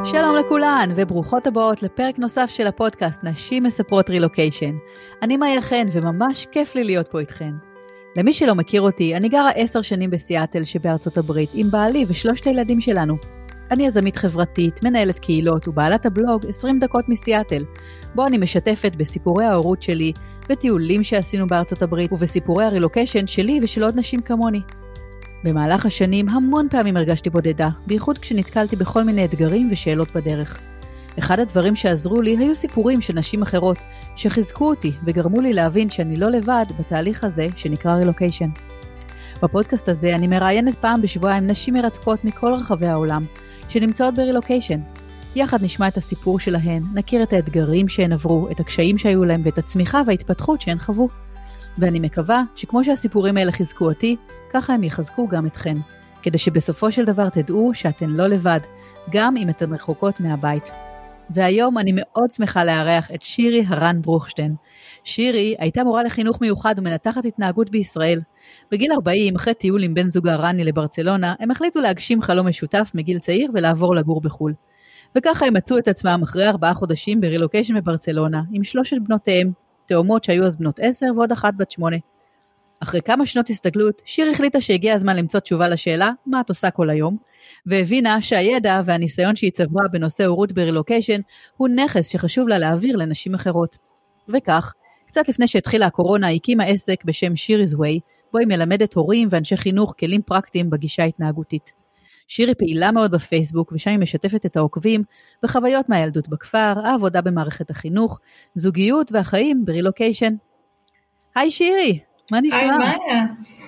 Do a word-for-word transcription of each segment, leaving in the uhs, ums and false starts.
שלום לכולן וברוכות הבאות לפרק נוסף של הפודקאסט נשים מספרות רילוקיישן. אני מאיה חן וממש כיף לי להיות פה איתכן. למי שלא מכיר אותי, אני גרה עשר שנים בסיאטל שבארצות הברית עם בעלי ושלושת הילדים שלנו. אני יזמית חברתית, מנהלת קהילות ובעלת הבלוג עשרים דקות מסיאטל, בו אני משתפת בסיפורי ההורות שלי, בטיולים שעשינו בארצות הברית ובסיפורי הרילוקיישן שלי ושל עוד נשים כמוני. במהלך השנים המון פעמים הרגשתי בודדה, בייחוד כשנתקלתי בכל מיני אתגרים ושאלות בדרך. אחד הדברים שעזרו לי היו סיפורים של נשים אחרות, שחיזקו אותי וגרמו לי להבין שאני לא לבד בתהליך הזה שנקרא רילוקיישן. בפודקאסט הזה אני מראיינת פעם בשבועיים נשים מרתקות מכל רחבי העולם, שנמצאות ברילוקיישן. יחד נשמע את הסיפור שלהן, נכיר את האתגרים שהן עברו, את הקשיים שהיו להם ואת הצמיחה וההתפתחות שהן חוו. ואני מקווה שכמו שהסיפורים האלה חיזקו אותי, ככה הם יחזקו גם אתכן, כדי שבסופו של דבר תדעו שאתן לא לבד, גם אם אתן רחוקות מהבית. והיום אני מאוד שמחה לארח את שירי הרן ברוכשטיין. שירי הייתה מורה לחינוך מיוחד ומנתחת התנהגות בישראל. בגיל ארבעים, אחרי טיול עם בן זוגה רני לברצלונה, הם החליטו להגשים חלום משותף מגיל צעיר ולעבור לגור בחול. וככה הם מצאו את עצמם אחרי ארבעה חודשים ברילוקיישן בברצלונה, עם שלושת בנותיהם, תאומות שהיו אז בנות עשר ועוד אחת בת שמונה. אחרי כמה שנות הסתגלות, שיר החליטה שהגיע הזמן למצוא תשובה לשאלה, מה את עושה כל היום, והבינה שהידע והניסיון שהיא צברה בנושא הורות ברילוקיישן, הוא נכס שחשוב לה להעביר לנשים אחרות. וכך, קצת לפני שהתחילה הקורונה, היא הקימה עסק בשם שירי's way, בו היא מלמדת הורים ואנשי חינוך כלים פרקטיים בגישה התנהגותית. שירי פעילה מאוד בפייסבוק, ושם היא משתפת את העוקבים בחוויות מהילדות בכפר, העבודה במערכת החינוך, זוגיות והחיים ברילוקיישן. היי שירי! מה נשמע? היי מאיה.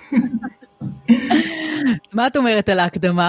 אז מה את אומרת על ההקדמה?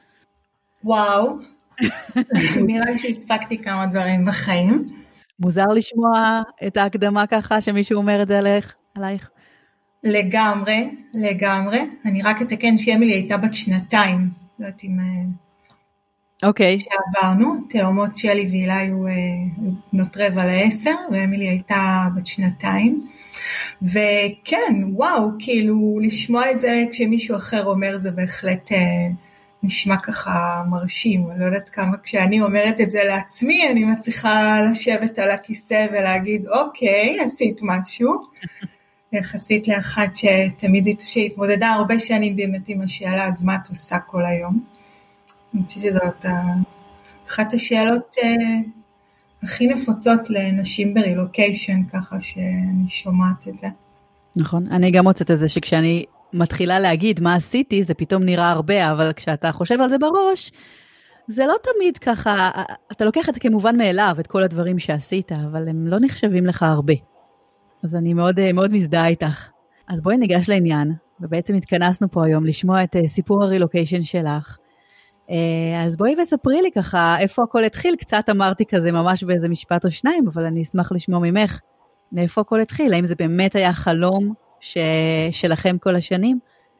וואו, נראה שהספקתי כמה דברים בחיים. מוזר לשמוע את ההקדמה ככה שמישהו אומר את זה עליך, עלייך? לגמרי, לגמרי. אני רק אתקן שאמילי הייתה בת שנתיים. לא יודעת אם... אוקיי. שעברנו, תאומות שלי והילה היו בנות רבע לעשר, ואמילי הייתה בת שנתיים. וכן, וואו, כאילו לשמוע את זה כשמישהו אחר אומר זה בהחלט אה, נשמע ככה מרשים. אני לא יודעת כמה כשאני אומרת את זה לעצמי, אני מצליחה לשבת על הכיסא ולהגיד, אוקיי, עשית משהו. יחסית לאחת שתמיד שהתמודדה הרבה שנים באמת עם השאלה, אז מה את עושה כל היום? אני חושבת שזאת אחת השאלות... אה, הכי נפוצות לנשים ברילוקיישן, ככה שאני שומעת את זה. נכון, אני גם מוצאת את זה שכשאני מתחילה להגיד מה עשיתי, זה פתאום נראה הרבה, אבל כשאתה חושב על זה בראש, זה לא תמיד ככה, אתה לוקח את זה כמובן מאליו, את כל הדברים שעשית, אבל הם לא נחשבים לך הרבה. אז אני מאוד, מאוד מזדהה איתך. אז בואי ניגש לעניין, ובעצם התכנסנו פה היום לשמוע את סיפור הרילוקיישן שלך, אז בואי וספרי לי ככה, איפה הכל התחיל, קצת אמרתי כזה ממש באיזה משפט או שניים, אבל אני אשמח לשמוע ממך, מאיפה הכל התחיל, האם זה באמת היה חלום ש... שלכם כל השנים?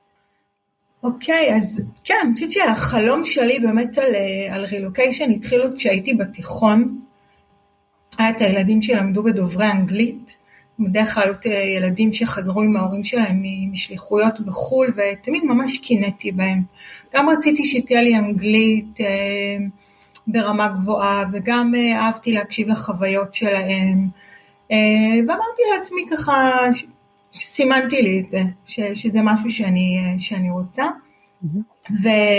אוקיי, okay, אז כן, אני חושבת שהחלום שלי באמת על, על רילוקיישן התחיל עוד כשהייתי בתיכון, היה את הילדים שלמדו בדוברי אנגלית, בדרך כלל היו ילדים שחזרו עם ההורים שלהם משליחויות בחול, ותמיד ממש קינאתי בהם. גם רציתי שתהיה לי אנגלית אה, ברמה גבוהה, וגם אה, אהבתי להקשיב לחוויות שלהם. אה, ואמרתי לעצמי ככה, ש, שסימנתי לי את זה, ש, שזה משהו שאני, שאני רוצה. Mm-hmm.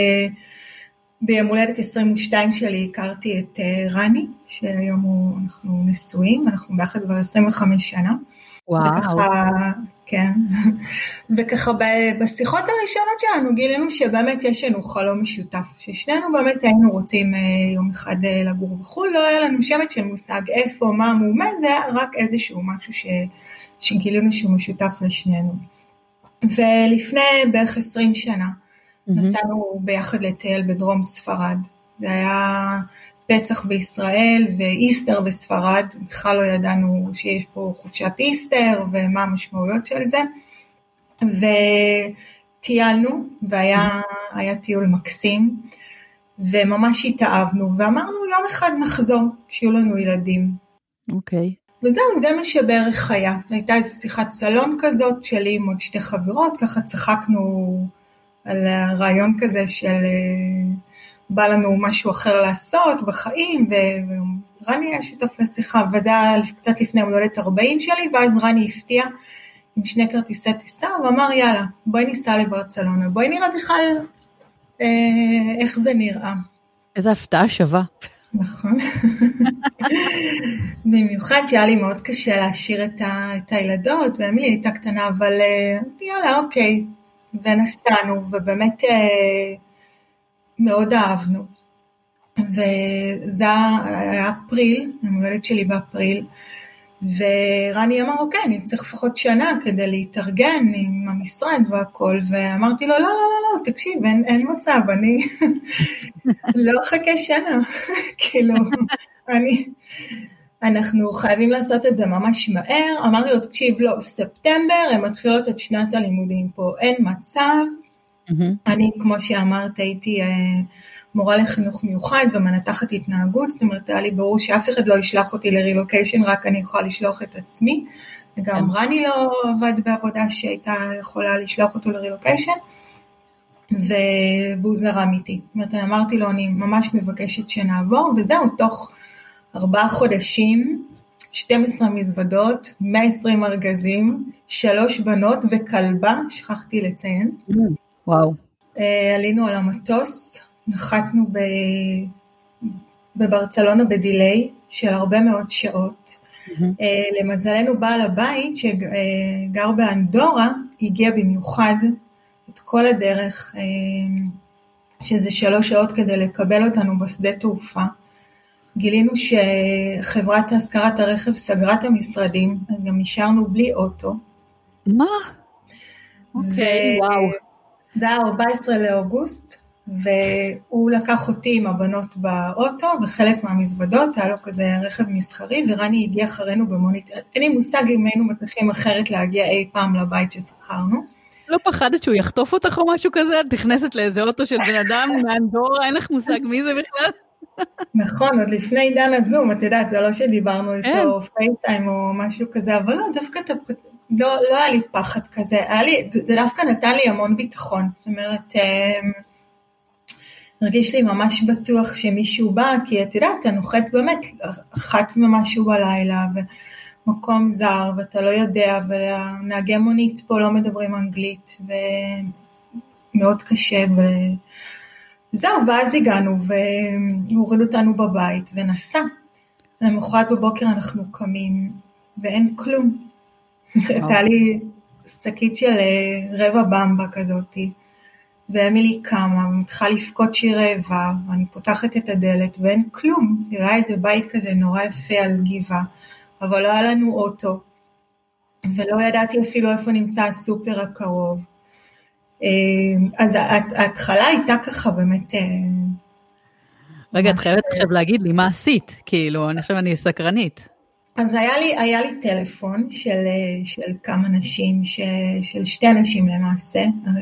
וביום הולדת עשרים ושתיים שלי הכרתי את אה, רני, שהיום הוא, אנחנו נשואים, אנחנו ביחד כבר עשרים וחמש שנה. וואו. וככה, כן. וככה בשיחות הראשונות שלנו גילינו שבאמת יש לנו חלום משותף, ששנינו באמת היינו רוצים יום אחד לגור בחול, לא היה לנו שמץ של מושג איפה, מה מועמד, זה היה רק איזשהו משהו ש, שגילינו שהוא משותף לשנינו. ולפני בערך עשרים שנה, mm-hmm. נסענו ביחד לטייל בדרום ספרד, זה היה פסח בישראל ואיסטר בספרד, בכלל לא ידענו שיש פה חופשת איסטר ומה המשמעויות של זה, וטיילנו והיה היה טיול מקסים, וממש התאהבנו, ואמרנו יום אחד נחזור כשיהיו לנו ילדים. אוקיי. וזהו, זה מה שבערך היה. הייתה איזו שיחת סלון כזאת שלי עם עוד שתי חברות, ככה צחקנו על הרעיון כזה של בא לנו משהו אחר לעשות בחיים, ורני היה שותף לשיחה, וזה היה קצת לפני המולדת ארבעים שלי, ואז רני הפתיע עם שני כרטיסי טיסה, ואמר יאללה, בואי ניסע לברצלונה, בואי נראה בכלל אה, איך זה נראה. איזה הפתעה שווה. נכון. במיוחד שהיה לי מאוד קשה להשאיר את, ה, את הילדות, ואמילי הייתה קטנה, אבל יאללה, אוקיי. ונסענו, ובאמת מאוד אהבנו. וזה היה אפריל, המולדת שלי באפריל, ורני אמר, אוקיי, אני צריך לפחות שנה כדי להתארגן עם המשרד והכל, ואמרתי לו, לא, לא, לא, לא, תקשיב, אין, אין מצב, אני לא אחכה שנה, כאילו, אני, אנחנו חייבים לעשות את זה ממש מהר, אמרתי לו, תקשיב, לא, ספטמבר, הם מתחילות את שנת הלימודים פה, אין מצב, אני, כמו שאמרת, הייתי מורה לחינוך מיוחד ומנתחת התנהגות, זאת אומרת, היה לי ברור שאף אחד לא ישלח אותי לרילוקיישן, רק אני יכולה לשלוח את עצמי, וגם רני לא עבד בעבודה שהייתה יכולה לשלוח אותו לרילוקיישן, והוא זרם איתי. זאת אומרת, אמרתי לו, אני ממש מבקשת שנעבור, וזהו, תוך ארבעה חודשים, שתים עשרה מזוודות, מאה ועשרים ארגזים, שלוש בנות וכלבה, שכחתי לציין. וואו. עלינו על המטוס, נחתנו בברצלונה בדיליי של הרבה מאוד שעות. למזלנו בעל הבית שגר באנדורה, הגיע במיוחד את כל הדרך, שזה שלוש שעות כדי לקבל אותנו בשדה תעופה. גילינו שחברת השכרת הרכב סגרה את המשרדים, אז גם נשארנו בלי אוטו. מה? אוקיי, וואו. זה היה ארבעה עשר לאוגוסט, והוא לקח אותי עם הבנות באוטו, וחלק מהמזוודות, היה לו כזה רכב מסחרי, ורני הגיע אחרינו במונית. אין לי מושג אם היינו מצליחים אחרת להגיע אי פעם לבית ששכרנו. לא פחדת שהוא יחטוף אותך או משהו כזה? את נכנסת לאיזה אוטו של בן אדם מאנדורה, אין לך מושג מי זה בכלל? נכון, עוד לפני עידן הזום, את יודעת, זה לא שדיברנו איתו פייסטיים או משהו כזה, אבל לא, דווקא לא, לא היה לי פחד כזה, היה לי, זה דווקא נתן לי המון ביטחון, זאת אומרת, הרגיש לי ממש בטוח שמישהו בא, כי את יודעת, אתה נוחת באמת אחת ממשהו בלילה, ומקום זר, ואתה לא יודע, והנהגי מונית פה לא מדברים אנגלית, ומאוד קשה, וזהו, ואז הגענו, והורידו אותנו בבית, ונסע. למחרת בבוקר אנחנו קמים, ואין כלום. הייתה לי שקית של רבע במבה כזאתי, ואמילי קמה, ומתחילה לפקוד שירי רבע, ואני פותחת את הדלת, ואין כלום. זה היה איזה בית כזה נורא יפה על גבעה, אבל לא היה לנו אוטו, ולא ידעתי אפילו איפה נמצא הסופר הקרוב. אז ההתחלה הייתה ככה באמת... רגע, את חייבת עכשיו להגיד לי מה עשית, כאילו, אני חושב אני סקרנית. אז היה לי, היה לי טלפון של, של כמה נשים, של שתי נשים למעשה,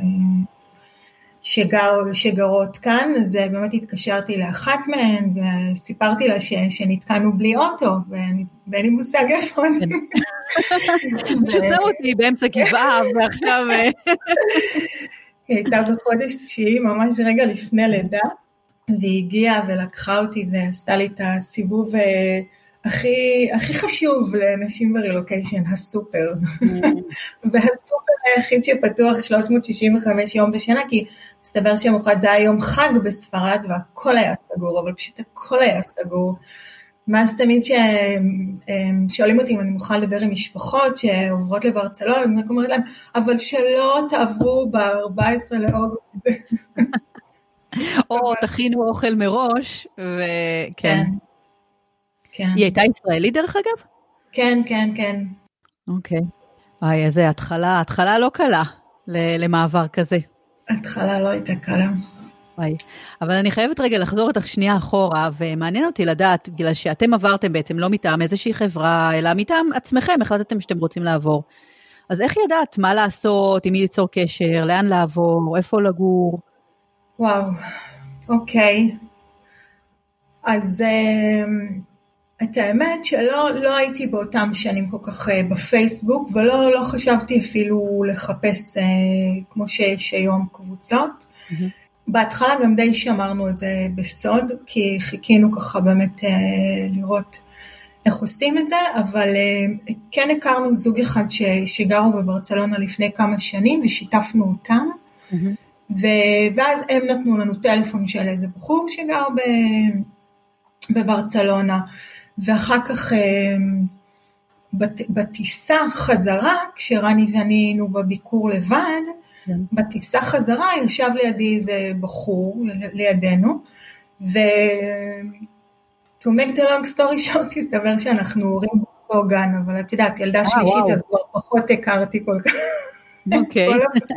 שגר, שגרות כאן, אז באמת התקשרתי לאחת מהן, וסיפרתי לה ש, שנתקענו בלי אוטו, ואין לי מושג איפה אני. ששם אותי באמצע גבעה, ועכשיו... היא הייתה בחודש תשיעי, ממש רגע לפני לידה, והיא הגיעה ולקחה אותי, ועשתה לי את הסיבוב הכי, הכי חשוב לנשים ברילוקיישן, הסופר. והסופר היחיד שפתוח שלוש מאות שישים וחמישה יום בשנה, כי מסתבר שמוחד זה היה יום חג בספרד, והכל היה סגור, אבל פשוט הכל היה סגור. מאז תמיד ששואלים אותי אם אני מוכן לדבר עם משפחות שעוברות לברצלונה, אני אומרת להם, אבל שלא תעברו ב-ארבעה עשר לאוגוסט. או תכינו אוכל מראש, וכן. כן. היא הייתה ישראלית דרך אגב? כן, כן, כן. אוקיי. איי, איזה התחלה, התחלה לא קלה למעבר כזה. התחלה לא הייתה קלה. איי. אבל אני חייבת רגע לחזור אותך שנייה אחורה, ומעניין אותי לדעת, בגלל שאתם עברתם בעצם לא מטעם איזושהי חברה, אלא מטעם עצמכם, החלטתם שאתם רוצים לעבור. אז איך ידעת מה לעשות, עם מי ליצור קשר, לאן לעבור, איפה לגור? וואו, אוקיי. אז את האמת שלא לא הייתי באותם שנים כל כך בפייסבוק, ולא לא חשבתי אפילו לחפש כמו שיש היום קבוצות. בהתחלה גם די שמרנו את זה בסוד, כי חיכינו ככה באמת אה, לראות איך עושים את זה, אבל אה, כן הכרנו זוג אחד ש, שגרו בברצלונה לפני כמה שנים, ושיתפנו אותם, mm-hmm. ו, ואז הם נתנו לנו טלפון של איזה בחור שגר ב, בברצלונה, ואחר כך אה, בת, בטיסה חזרה, כשרני ואני היינו בביקור לבד, בטיסה חזרה ישב לידי איזה בחור לידינו, ו to make the long story short, הסתבר שאנחנו הורים באותו גן, אבל את יודעת, ילדה שלישית, אז כבר פחות הכרתי כל כך. אוקיי.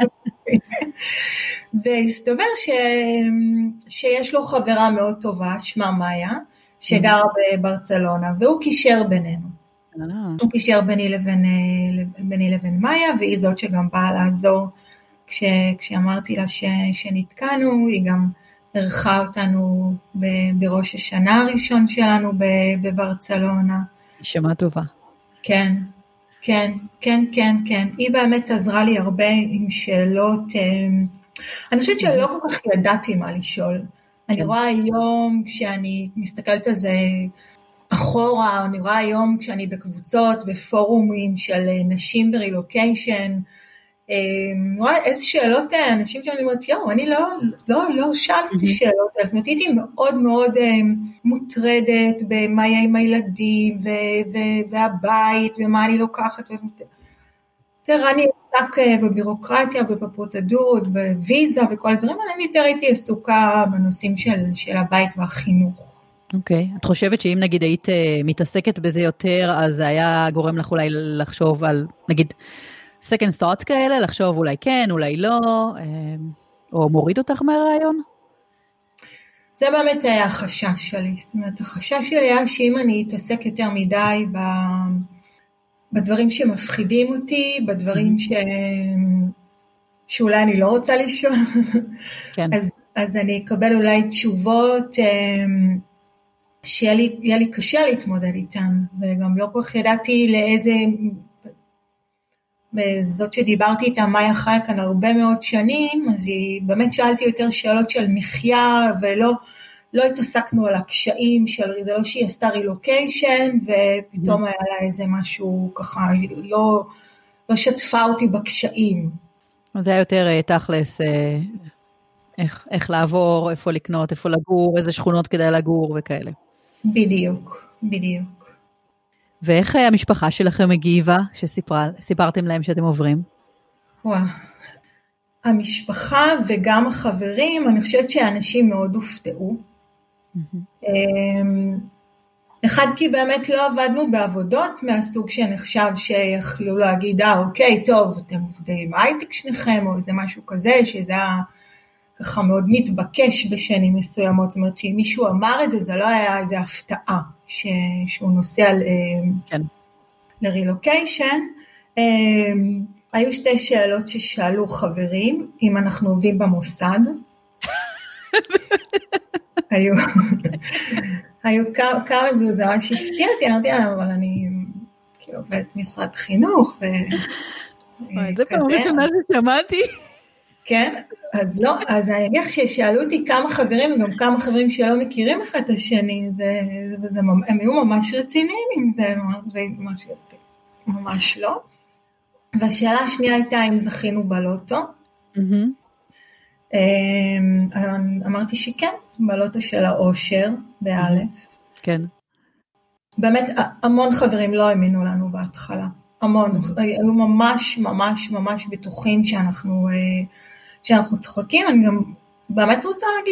והסתבר ש... שיש לו חברה מאוד טובה, שמה מאיה, שגרה בברצלונה, והוא קישר בינינו. הוא קישר ביני לבין, ביני לבין מאיה, והיא זאת שגם באה לעזור, כש, כשאמרתי לה ש, שנתקענו, היא גם ערכה אותנו ב, בראש השנה הראשון שלנו בברצלונה. שמה טובה. כן, כן, כן, כן, כן. היא באמת עזרה לי הרבה עם שאלות, אני חושבת שלא כל כך ידעתי מה לשאול. אני רואה היום, כשאני מסתכלת על זה אחורה, אני רואה היום כשאני בקבוצות ופורומים של נשים ברילוקיישן, אני רואה איזה שאלות אנשים שאני אומרת, יואו, אני לא, לא, לא שאלתי את השאלות, אז הייתי מאוד מאוד מוטרדת במה יהיה עם הילדים, והבית, ומה אני לוקחת, תראה, אני עסק בבירוקרטיה ובפרוצדורות, בוויזה וכל הדברים, אבל אני יותר הייתי עסוקה בנושאים של הבית והחינוך. אוקיי, את חושבת שאם נגיד היית מתעסקת בזה יותר, אז זה היה גורם לך אולי לחשוב על, נגיד, second thoughts כאלה, לחשוב אולי כן, אולי לא, או מוריד אותך מהרעיון? זה באמת היה החשש שלי, זאת אומרת, החשש שלי היה שאם אני אתעסק יותר מדי ב... בדברים שמפחידים אותי, בדברים ש... שאולי אני לא רוצה לשאול, כן. אז, אז אני אקבל אולי תשובות שיהיה לי, יהיה לי קשה להתמודד איתן, וגם לא כל כך ידעתי לאיזה... זאת שדיברתי איתה, מאיה חיה כאן הרבה מאוד שנים, אז היא באמת שאלתי יותר שאלות של מחיה, ולא לא התעסקנו על הקשיים, של, זה לא שהיא עשתה רילוקיישן, ופתאום היה לה איזה משהו ככה, לא, לא שתפה אותי בקשיים. אז זה היה יותר תכלס, איך, איך לעבור, איפה לקנות, איפה לגור, איזה שכונות כדאי לגור וכאלה. בדיוק, בדיוק. ואיך המשפחה שלכם הגיבה, שסיפרתם להם שאתם עוברים? וואו, המשפחה וגם החברים, אני חושבת שהאנשים מאוד הופתעו. Mm-hmm. אחד כי באמת לא עבדנו בעבודות מהסוג שנחשב שיכלו להגיד, אה, אוקיי, טוב, אתם עובדים הייטק שניכם, או איזה משהו כזה, שזה היה ככה מאוד מתבקש בשנים מסוימות, זאת אומרת שאם מישהו אמר את זה, זה לא היה איזו הפתעה. ש... שהוא נוסע ל... כן. לרילוקיישן. היו שתי שאלות ששאלו חברים, אם אנחנו עובדים במוסד. היו, היו כמה, כמה זה, זה ממש הפתיע אותי, אמרתי, אבל אני כאילו עובדת משרד חינוך, ו... זה פעם ראשונה ששמעתי. כן, אז לא, אז אני אגיד ששאלו אותי כמה חברים, וגם כמה חברים שלא מכירים אחד את השני, זה, זה, זה, הם היו ממש רציניים עם זה, ממש, ממש לא. והשאלה השנייה הייתה אם זכינו בלוטו. Mm-hmm. אמרתי שכן, בלוטו של האושר, באלף. כן. באמת, המון חברים לא האמינו לנו בהתחלה. המון, היו ממש ממש ממש בטוחים שאנחנו, שאנחנו צוחקים. אני גם באמת רוצה להגיד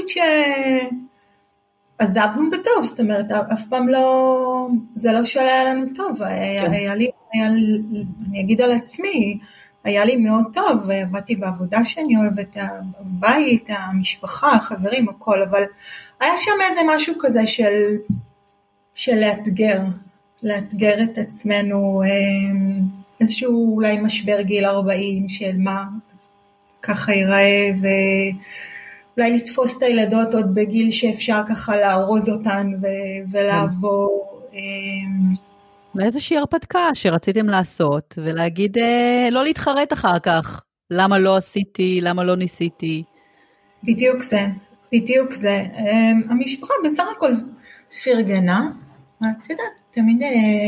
שעזבנו בטוב, זאת אומרת, אף פעם לא, זה לא שעלה לנו טוב, היה, היה לי, היה, אני אגיד על עצמי, היה לי מאוד טוב, עבדתי בעבודה שאני אוהבת, הבית, המשפחה, החברים, הכל, אבל היה שם איזה משהו כזה של, של לאתגר, לאתגר את עצמנו, איזשהו אולי משבר גיל ארבעים של מה ככה ייראה, ואולי לתפוס את הילדות עוד בגיל שאפשר ככה לארוז אותן ו- ולעבור. לאיזושהי הרפתקה שרציתם לעשות, ולהגיד, לא להתחרט אחר כך, למה לא עשיתי, למה לא ניסיתי. בדיוק זה, בדיוק זה. המשפחה בסך הכל פרגנה, את יודעת, תמיד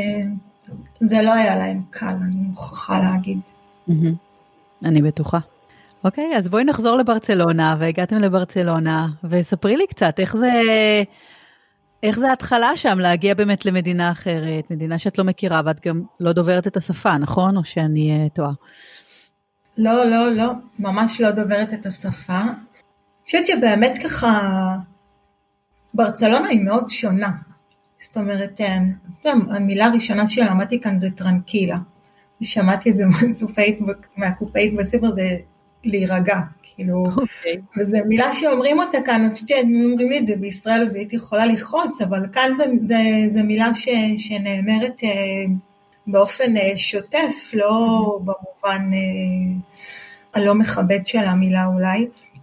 זה לא היה להם קל, אני מוכרחה להגיד. אני בטוחה. אוקיי, אז בואי נחזור לברצלונה, והגעתם לברצלונה, וספרי לי קצת, איך זה, איך זה ההתחלה שם, להגיע באמת למדינה אחרת, מדינה שאת לא מכירה, ואת גם לא דוברת את השפה, נכון? או שאני טועה? לא, לא, לא, ממש לא דוברת את השפה. אני חושבת שבאמת ככה, ברצלונה היא מאוד שונה. זאת אומרת, המילה הראשונה שלמדתי כאן זה טרנקילה. שמעתי את זה מהקופאית בסופר, זה להירגע, כאילו, okay. וזו מילה שאומרים אותה כאן, אני חושבת שאומרים לי את זה בישראל, עוד הייתי יכולה לכעוס, אבל כאן זה, זה, זה מילה ש, שנאמרת אה, באופן אה, שוטף, לא mm-hmm. במובן אה, הלא מכבד של המילה אולי.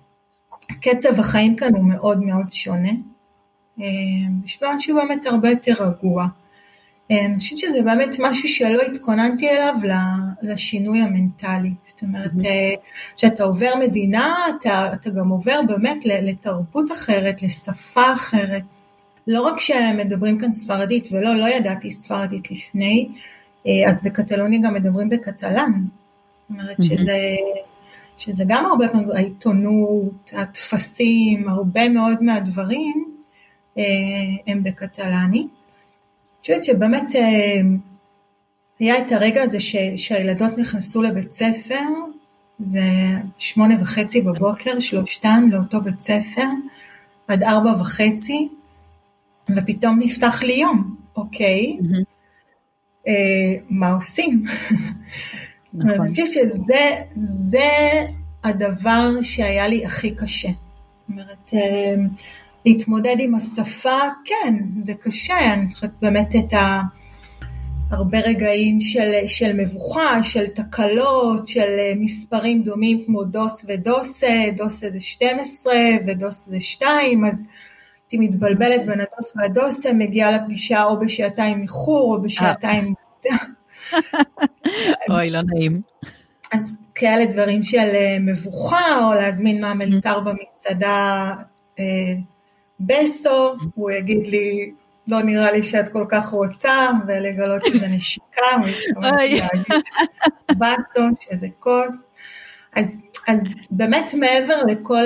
קצב החיים כאן הוא מאוד מאוד שונה, אה, בשביל שהוא באמת הרבה יותר רגוע. אני חושבת שזה באמת משהו שלא התכוננתי אליו לשינוי המנטלי. זאת אומרת, שאתה עובר מדינה, אתה, אתה גם עובר באמת לתרבות אחרת, לשפה אחרת. לא רק שמדברים כאן ספרדית, ולא, לא ידעתי ספרדית לפני, אז בקטלוניה גם מדברים בקטלן. זאת אומרת שזה, שזה גם הרבה פעמים, העיתונות, התפסים, הרבה מאוד מהדברים הם בקטלנית. אני חושבת שבאמת היה את הרגע הזה ש, שהילדות נכנסו לבית ספר, זה שמונה וחצי בבוקר, שלושתן לאותו בית ספר, עד ארבע וחצי, ופתאום נפתח לי יום, אוקיי, mm-hmm. אה, מה עושים? נכון. אני חושבת שזה זה הדבר שהיה לי הכי קשה. זאת אומרת, אה, להתמודד עם השפה, כן, זה קשה, אני חושבת באמת את ה... הרבה רגעים של, של מבוכה, של תקלות, של מספרים דומים כמו דוס ודוס, דוס זה שתים עשרה ודוס זה שתיים, אז הייתי מתבלבלת בין הדוס והדוס, מגיעה לפגישה או בשעתיים איחור או בשעתיים... אוי, לא נעים. אז כאלה דברים של מבוכה, או להזמין מה מלצר במסעדה... בסו, הוא יגיד לי, לא נראה לי שאת כל כך רוצה, ולגלות שזה נשיקה, הוא יגיד בסו, שזה כוס. אז, אז באמת מעבר לכל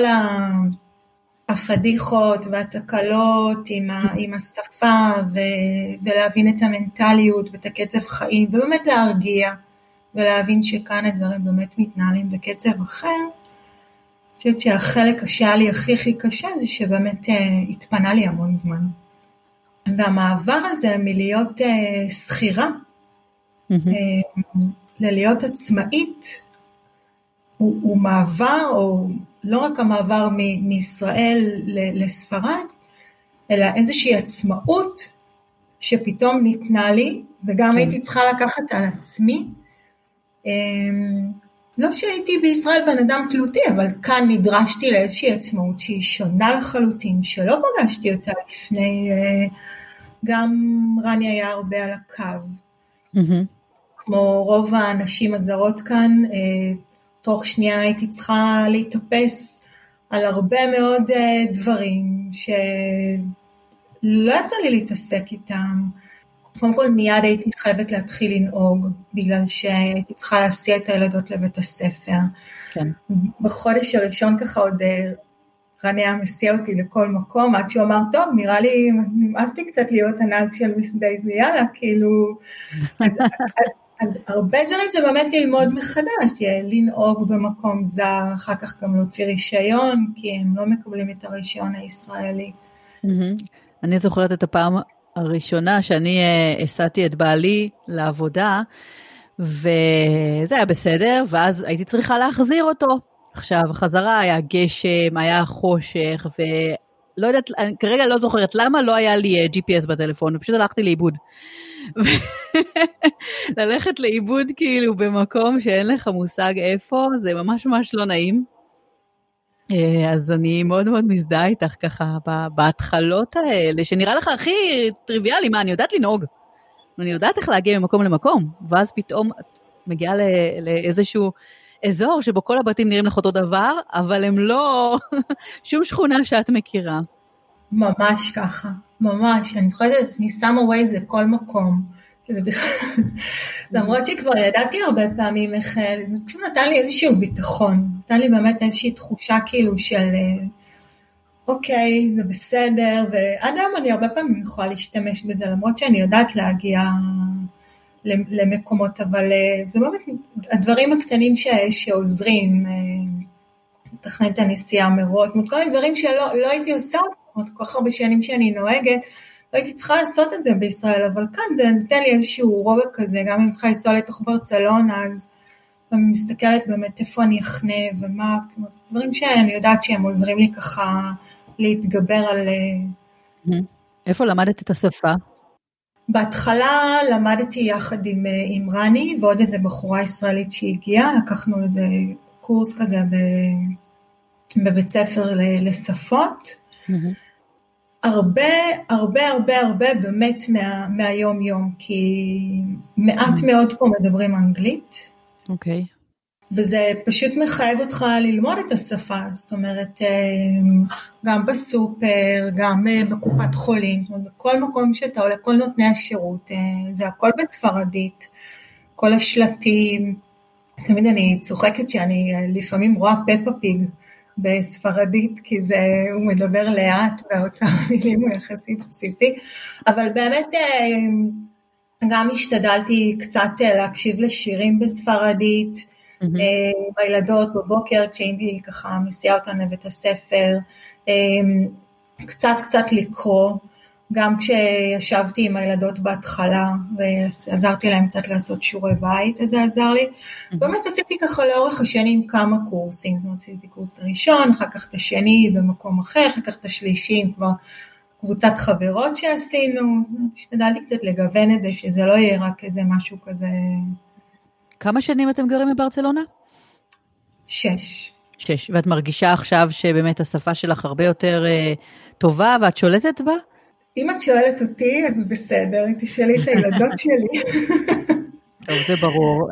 הפדיחות והתקלות עם, ה, עם השפה, ו, ולהבין את המנטליות ואת הקצב חיים, ובאמת להרגיע, ולהבין שכאן הדברים באמת מתנהלים בקצב אחר, אני חושבת שהחלק שהיה לי הכי הכי קשה זה שבאמת uh, התפנה לי המון זמן. והמעבר הזה מלהיות uh, שכירה, mm-hmm. uh, ללהיות עצמאית, הוא, הוא מעבר, או לא רק המעבר מ- מישראל ל- לספרד, אלא איזושהי עצמאות שפתאום ניתנה לי, וגם mm-hmm. הייתי צריכה לקחת על עצמי, um, לא שהייתי בישראל בן אדם תלותי, אבל כאן נדרשתי לאיזושהי עצמאות שהיא שונה לחלוטין, שלא פגשתי אותה לפני, גם רני היה הרבה על הקו. Mm-hmm. כמו רוב האנשים הזרות כאן, תוך שנייה הייתי צריכה להתאפס על הרבה מאוד דברים, שלא יצא לי להתעסק איתם. קודם כל מיד הייתי חייבת להתחיל לנהוג, בגלל שהייתי צריכה להסיע את הילדות לבית הספר. כן. בחודש הראשון ככה עוד רני היה מסיע אותי לכל מקום, עד שהוא אמר, טוב, נראה לי, נמאס לי קצת להיות הנהג של מיס דייזי, יאללה, כאילו, אז, אז הרבה דברים זה באמת ללמוד מחדש, לנהוג במקום זר, אחר כך גם להוציא רישיון, כי הם לא מקבלים את הרישיון הישראלי. אני זוכרת את הפעם הראשונה שאני הסעתי את בעלי לעבודה, וזה היה בסדר, ואז הייתי צריכה להחזיר אותו. עכשיו, החזרה היה גשם, היה חושך, ולא יודעת, כרגע לא זוכרת למה לא היה לי ג'י פי אס בטלפון, ופשוט הלכתי לאיבוד. ללכת לאיבוד כאילו במקום שאין לך מושג איפה, זה ממש ממש לא נעים. אז אני מאוד מאוד מזדהה איתך ככה, בהתחלות האלה, שנראה לך הכי טריוויאלי, מה, אני יודעת לנהוג, אני יודעת איך להגיע ממקום למקום, ואז פתאום את מגיעה לאיזשהו אזור שבו כל הבתים נראים לך אותו דבר, אבל הם לא שום שכונה שאת מכירה. ממש ככה, ממש. אני זוכרת את עצמי, שמה ווייז לכל מקום. למרות שכבר ידעתי הרבה פעמים איך, זה פשוט נתן לי איזשהו ביטחון. נתן לי באמת איזושהי תחושה כאילו של, אוקיי, זה בסדר, ועד היום אני הרבה פעמים יכולה להשתמש בזה, למרות שאני יודעת להגיע למקומות, אבל זה באמת הדברים הקטנים ש, שעוזרים, לתכנן את הנסיעה מראש, זאת אומרת, כל מיני דברים שלא לא הייתי עושה, זאת אומרת, כל כך הרבה שנים שאני נוהגת, לא הייתי צריכה לעשות את זה בישראל, אבל כאן זה נותן לי איזשהו רוגע כזה, גם אם צריכה לנסוע לתוך ברצלונה, אז אני מסתכלת באמת איפה אני אחנה ומה, זאת אומרת, דברים שאני יודעת שהם עוזרים לי ככה להתגבר על... איפה למדת את השפה? בהתחלה למדתי יחד עם, עם רני, ועוד איזה בחורה ישראלית שהגיעה, לקחנו איזה קורס כזה בבית ספר לשפות, הרבה, הרבה, הרבה, הרבה באמת מה, מהיום יום, כי מעט מאוד פה מדברים אנגלית. אוקיי. וזה פשוט מחייב אותך ללמוד את השפה, זאת אומרת, גם בסופר, גם בקופת חולים, זאת אומרת, בכל מקום שאתה עולה, כל נותני השירות, זה הכל בספרדית, כל השלטים, תמיד אני צוחקת שאני לפעמים רואה פפה פיג, בספרדית, כי זה, הוא מדבר לאט, והאוצר המילים הוא יחסית בסיסי, אבל באמת גם השתדלתי קצת להקשיב לשירים בספרדית, עם הילדות בבוקר, כשהייתי ככה מסיעה אותן לבית הספר, קצת קצת לקרוא, גם כשישבתי עם הילדות בהתחלה, ועזרתי להם קצת לעשות שיעורי בית, אז זה עזר לי. באמת עשיתי ככה לאורך השנים כמה קורסים, זאת אומרת, עשיתי קורס ראשון, אחר כך את השני במקום אחר, אחר כך את השלישי, כבר קבוצת חברות שעשינו, זאת אומרת, השתדלתי קצת לגוון את זה, שזה לא יהיה רק איזה משהו כזה. כמה שנים אתם גרים בברצלונה? שש. שש, ואת מרגישה עכשיו שבאמת השפה שלך הרבה יותר טובה, ואת שולטת בה? אם את שואלת אותי, אז בסדר, תשאלי את הילדות שלי. טוב, זה ברור.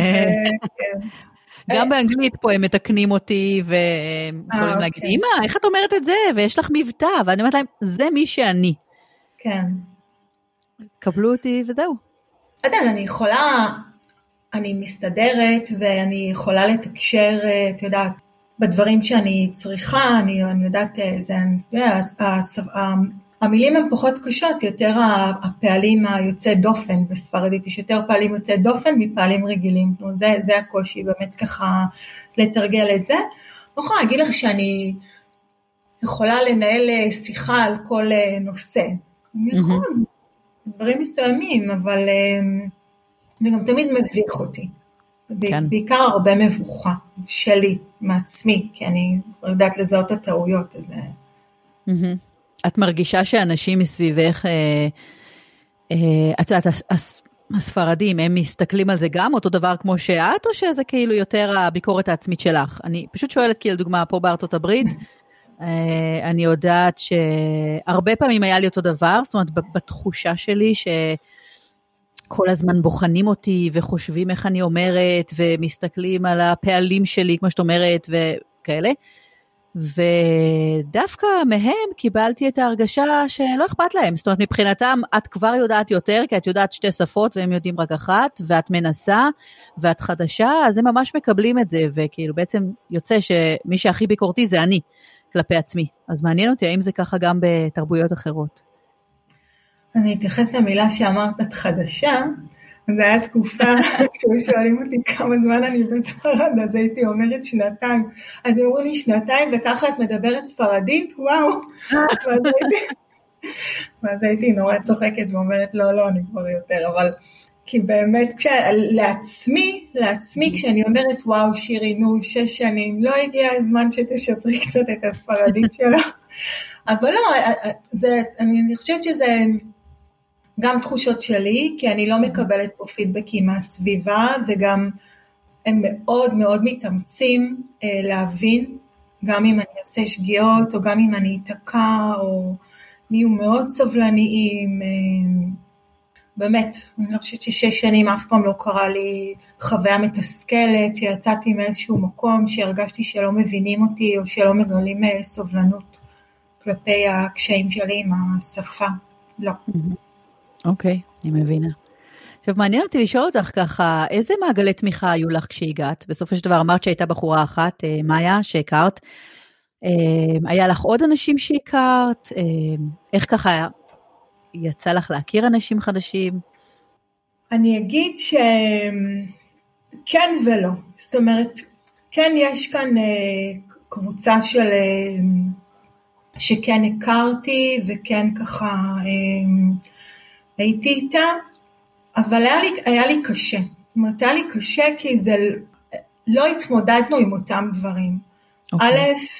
גם באנגלית פה הם מתקנים אותי, והם יכולים להגיד, אמא, איך את אומרת את זה? ויש לך מבטא, ואני אומרת להם, זה מי שאני. כן. קבלו אותי, וזהו. עדיין, אני יכולה, אני מסתדרת, ואני יכולה לתקשר, את יודעת, בדברים שאני צריכה, אני יודעת, זה, המילים הן פחות קשות, יותר הפעלים היוצא דופן בספרדית, יש יותר פעלים יוצא דופן מפעלים רגילים, זה, זה הקושי באמת ככה לתרגל את זה. אני יכולה להגיד לך שאני יכולה לנהל שיחה על כל נושא, אני יכולה, דברים מסוימים, אבל זה גם תמיד מביך אותי, כן. בעיקר הרבה מבוכה שלי, מעצמי, כי אני יודעת לזהות את הטעויות, אז... את מרגישה שאנשים מסביבך, אה, אה, את יודעת, הספרדים, הם מסתכלים על זה גם אותו דבר כמו שאת, או שזה כאילו יותר הביקורת העצמית שלך? אני פשוט שואלת, כי לדוגמה, פה בארצות הברית, אה, אני יודעת שהרבה פעמים היה לי אותו דבר, זאת אומרת, בתחושה שלי שכל הזמן בוחנים אותי וחושבים איך אני אומרת, ומסתכלים על הפעלים שלי, כמו שאת אומרת, וכאלה, ודווקא מהם קיבלתי את ההרגשה שלא אכפת להם, זאת אומרת מבחינתם את כבר יודעת יותר, כי את יודעת שתי שפות והם יודעים רק אחת, ואת מנסה ואת חדשה, אז הם ממש מקבלים את זה, וכאילו בעצם יוצא שמי שהכי ביקורתי זה אני, כלפי עצמי, אז מעניין אותי האם זה ככה גם בתרבויות אחרות. אני אתייחס למילה שאמרת את חדשה, זו הייתה תקופה שהיו שואלים אותי כמה זמן אני בספרד, אז הייתי אומרת שנתיים, אז אמרו לי שנתיים וככה את מדברת ספרדית, וואו, ואז הייתי, ואז הייתי נורא צוחקת ואומרת לא, לא, אני כבר יותר, אבל כי באמת, כש... לעצמי, לעצמי כשאני אומרת וואו שירי, נו, שש שנים, לא הגיע הזמן שתשפרי קצת את הספרדית שלך, אבל לא, זה, אני חושבת שזה... גם תחושות שלי, כי אני לא מקבלת פה פידבקים מהסביבה, וגם הם מאוד מאוד מתאמצים אה, להבין, גם אם אני אעשה שגיאות, או גם אם אני אתקע, או נהיו מאוד סבלניים, אה, באמת, אני לא חושבת ששש שנים אף פעם לא קרה לי חוויה מתסכלת, שיצאתי מאיזשהו מקום, שהרגשתי שלא מבינים אותי, או שלא מגלים סובלנות כלפי הקשיים שלי עם השפה. לא. אוקיי, אני מבינה. עכשיו, מעניין אותי לשאול אותך ככה, איזה מעגלי תמיכה היו לך כשהגעת? בסופו של דבר אמרת שהייתה בחורה אחת, מאיה, שהכרת. היה לך עוד אנשים שהכרת? איך ככה יצא לך להכיר אנשים חדשים? אני אגיד שכן ולא. זאת אומרת, כן יש כאן קבוצה של שכן הכרתי וכן ככה הייתי איתה, אבל היה לי, היה לי קשה. זאת אומרת, היה לי קשה כי זה לא התמודדנו עם אותם דברים. Okay. א',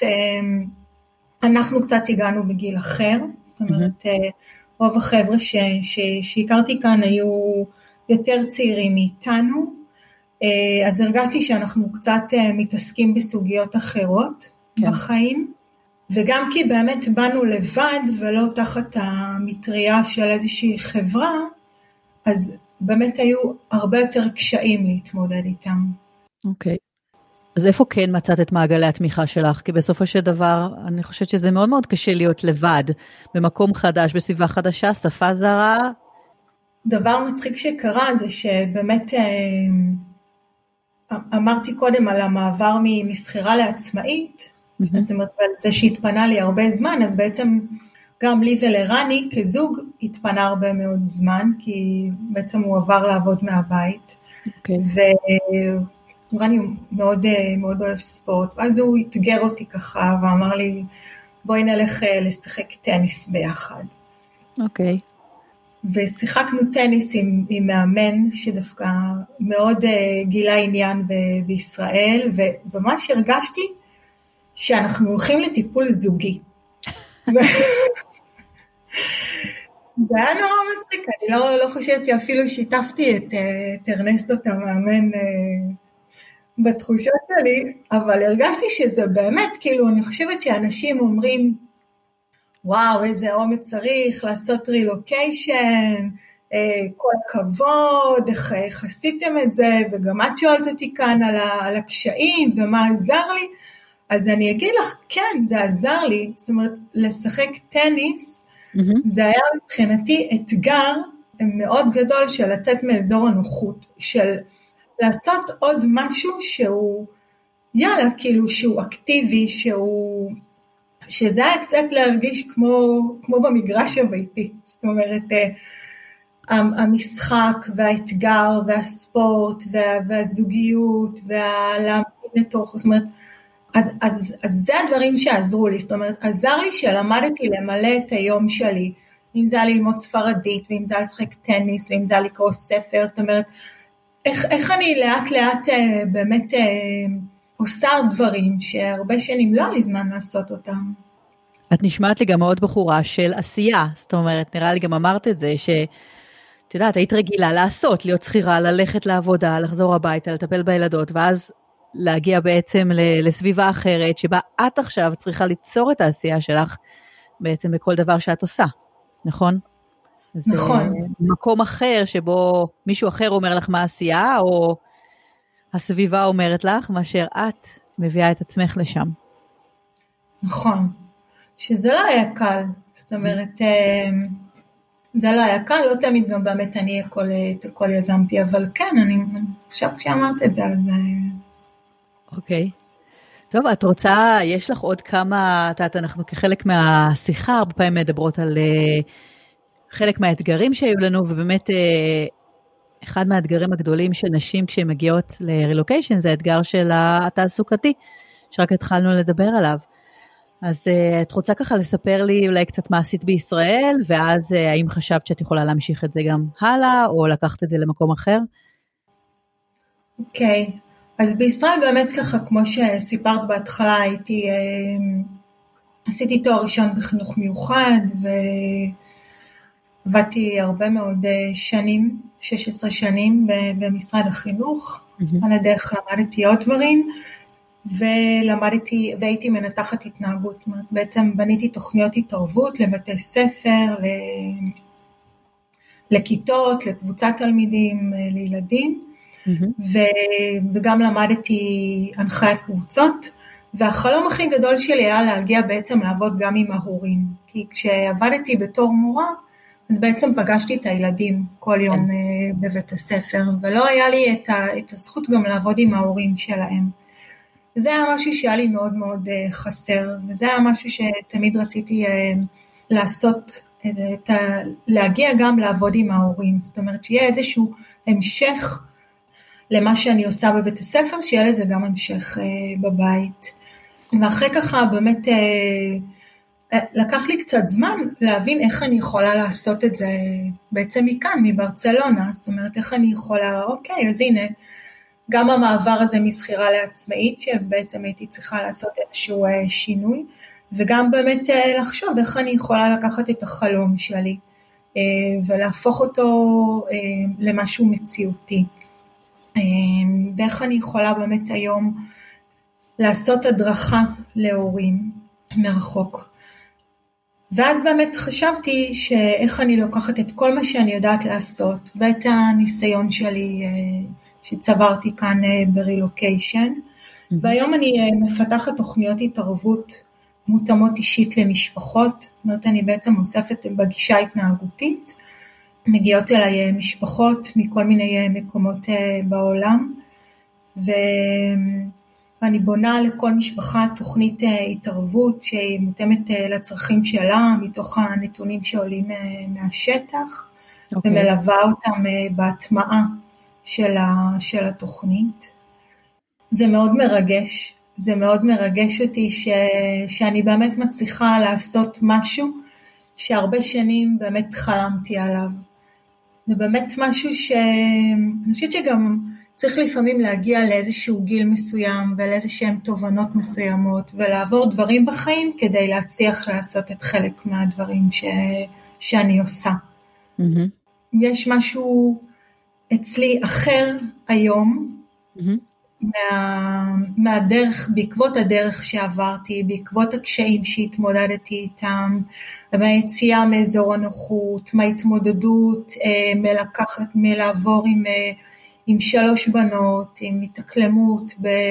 אנחנו קצת הגענו בגיל אחר, זאת אומרת, mm-hmm. רוב החבר'ה ש, ש, שהכרתי כאן היו יותר צעירים מאיתנו, אז הרגשתי שאנחנו קצת מתעסקים בסוגיות אחרות okay. בחיים, וגם כי באמת באנו לבד ולא תחת המטריה של איזושהי חברה, אז באמת היו הרבה יותר קשיים להתמודד איתם. אוקיי. Okay. אז איפה כן מצאת את מעגלי התמיכה שלך? כי בסופו של דבר, אני חושבת שזה מאוד מאוד קשה להיות לבד, במקום חדש, בסביבה חדשה, שפה זרה. דבר מצחיק שקרה זה שבאמת, אמרתי קודם על המעבר מסחירה לעצמאית, mm-hmm. זאת אומרת, זה שהתפנה לי הרבה זמן, אז בעצם גם לי ולרני כזוג התפנה הרבה מאוד זמן, כי בעצם הוא עבר לעבוד מהבית. אוקיי. Okay. רני מאוד, מאוד אוהב ספורט, ואז הוא התגר אותי ככה, ואמר לי, בואי נלך לשחק טניס ביחד. אוקיי. Okay. ושיחקנו טניס עם, עם מאמן, שדווקא מאוד גילה עניין ב- בישראל, ו- וממש הרגשתי שאנחנו הולכים לטיפול זוגי. זה היה נורא מצחיק, אני לא, לא חושבת שאפילו שיתפתי את, את ארנסטו המאמן בתחושות שלי, אבל הרגשתי שזה באמת, כאילו, אני חושבת שאנשים אומרים, וואו, איזה אומץ צריך לעשות רילוקיישן, כל הכבוד, איך, איך עשיתם את זה, וגם את שואלת אותי כאן על, ה, על הקשיים, ומה עזר לי, אז אני אגיד לך, כן, זה עזר לי, זאת אומרת, לשחק טניס, mm-hmm. זה היה מבחינתי אתגר מאוד גדול של לצאת מאזור הנוחות, של לעשות עוד משהו שהוא, יאללה, כאילו שהוא אקטיבי, שהוא, שזה היה קצת להרגיש כמו, כמו במגרש הביתי, זאת אומרת, המשחק והאתגר והספורט וה, והזוגיות והלהמתין לתוך, זאת אומרת, אז, אז, אז זה הדברים שעזרו לי, זאת אומרת, עזר לי שלמדתי למלא את היום שלי, אם זה היה ללמוד ספרדית, ואם זה היה לשחק טניס, ואם זה היה לקרוא ספר, זאת אומרת, איך, איך אני לאט לאט באמת עושה דברים שהרבה שנים לא היה לי זמן לעשות אותם. את נשמעת לי גם מאוד בחורה של עשייה, זאת אומרת, נראה לי גם אמרת את זה, שאת יודעת, היית רגילה לעשות, להיות שכירה, ללכת לעבודה, לחזור הביתה, לטפל בילדות, ואז להגיע בעצם לסביבה אחרת, שבה את עכשיו צריכה ליצור את העשייה שלך, בעצם בכל דבר שאת עושה, נכון? נכון. זה מקום אחר, שבו מישהו אחר אומר לך מה העשייה, או הסביבה אומרת לך, מאשר את מביאה את עצמך לשם. נכון. שזה לא היה קל, זאת אומרת, זה לא היה קל, לא תמיד גם באמת אני הכל, הכל יזמתי, אבל כן, אני חושב כשאמרת את זה, אז... אוקיי. טוב, את רוצה, יש לך עוד כמה, תעת, אנחנו כחלק מהשיחה, הרבה פעמים מדברות על חלק מהאתגרים שהיו לנו, ובאמת אחד מהאתגרים הגדולים של נשים כשהן מגיעות לרילוקיישן, זה האתגר של התעסוקתי, שרק התחלנו לדבר עליו. אז uh, את רוצה ככה לספר לי אולי קצת מה עשית בישראל, ואז uh, האם חשבת שאת יכולה להמשיך את זה גם הלאה, או לקחת את זה למקום אחר? אוקיי, okay. אז בישראל באמת ככה, כמו שסיפרת בהתחלה, הייתי, uh, עשיתי תואר ראשון בחינוך מיוחד, ועבדתי הרבה מאוד uh, שנים, שש עשרה שנים במשרד החינוך, mm-hmm. על הדרך למדתי עוד דברים, ולמדתי, והייתי מנתחת התנהגות, זאת אומרת, בעצם בניתי תוכניות התערבות לבתי ספר, לכיתות, לקבוצת תלמידים, לילדים, ו, וגם למדתי הנחיית קבוצות, והחלום הכי גדול שלי היה להגיע בעצם לעבוד גם עם ההורים, כי כשעבדתי בתור מורה, אז בעצם פגשתי את הילדים כל יום בבית הספר, ולא היה לי את, ה, את הזכות גם לעבוד עם ההורים שלהם. וזה היה משהו שהיה לי מאוד מאוד חסר, וזה היה משהו שתמיד רציתי לעשות, את ה, להגיע גם לעבוד עם ההורים, זאת אומרת שיהיה איזשהו המשך למה שאני עושה בבית הספר, שיהיה לזה גם המשך בבית. ואחרי ככה באמת לקח לי קצת זמן להבין איך אני יכולה לעשות את זה בעצם מכאן, מברצלונה, זאת אומרת איך אני יכולה, אוקיי, אז הנה, גם המעבר הזה מסחירה לעצמאית, שבעצם הייתי צריכה לעשות איזשהו שינוי, וגם באמת לחשוב איך אני יכולה לקחת את החלום שלי, ולהפוך אותו למשהו מציאותי. ואיך אני יכולה באמת היום לעשות הדרכה להורים מרחוק. ואז באמת חשבתי שאיך אני לוקחת את כל מה שאני יודעת לעשות, ואת הניסיון שלי שצברתי כאן ברילוקיישן, mm-hmm. והיום אני מפתחת תוכניות התערבות מותאמות אישית למשפחות, זאת אומרת אני בעצם אוספת בגישה התנהגותית, מגיעות אליי משפחות מכל מיני מקומות בעולם, ואני בונה לכל משפחה תוכנית התערבות שהיא מותאמת לצרכים שלה, מתוך הנתונים שעולים מהשטח, okay. ומלווה אותם בהטמעה של, ה, של התוכנית. זה מאוד מרגש, זה מאוד מרגש אותי ש, שאני באמת מצליחה לעשות משהו שהרבה שנים באמת חלמתי עליו. זה באמת משהו שאני חושבת שגם צריך לפעמים להגיע לאיזשהו גיל מסוים ולאיזשהם תובנות מסוימות ולעבור דברים בחיים כדי להצליח לעשות את חלק מהדברים ש... שאני עושה. Mm-hmm. יש משהו אצלי אחר היום, mm-hmm. מה... מהדרך, בעקבות הדרך שעברתי, בעקבות הקשיים שהתמודדתי איתם, מהיציאה מאזור הנוחות, מההתמודדות, מלקחת, מלעבור עם, עם שלוש בנות, עם התאקלמות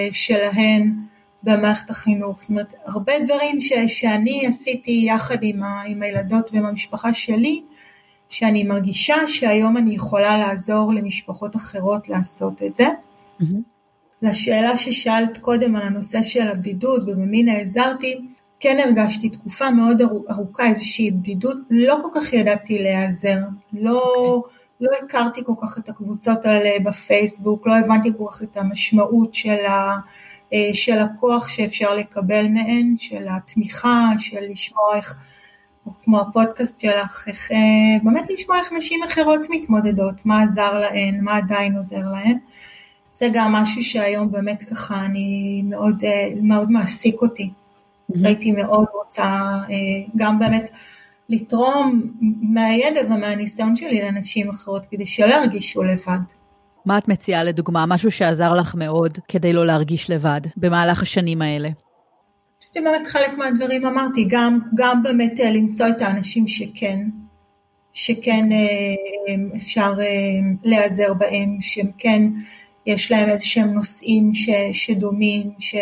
שלהן במערכת החינוך. זאת אומרת, הרבה דברים ש, שאני עשיתי יחד עם, ה, עם הילדות ועם המשפחה שלי, שאני מרגישה שהיום אני יכולה לעזור למשפחות אחרות לעשות את זה. Mm-hmm. לשאלה ששאלת קודם על הנושא של הבדידות ובמי נעזרתי, כן הרגשתי תקופה מאוד ארוכה, איזושהי בדידות, לא כל כך ידעתי להיעזר, לא, okay. לא הכרתי כל כך את הקבוצות האלה בפייסבוק, לא הבנתי כל כך את המשמעות של, ה, של הכוח שאפשר לקבל מהן, של התמיכה, של לשמוע איך, כמו הפודקאסט שלך, איך, באמת לשמוע איך נשים אחרות מתמודדות, מה עזר להן, מה עדיין עוזר להן. זה גם משהו שהיום באמת ככה אני מאוד, מאוד מעסיק אותי. Mm-hmm. הייתי מאוד רוצה גם באמת לתרום מהידע ומהניסיון שלי לאנשים אחרות, כדי שלא ירגישו לבד. מה את מציעה לדוגמה? משהו שעזר לך מאוד כדי לא להרגיש לבד במהלך השנים האלה? באמת חלק מהדברים אמרתי, גם, גם באמת למצוא את האנשים שכן, שכן אפשר להיעזר בהם, שהם כן יש להם איזשהם נושאים ש, שדומים, ש,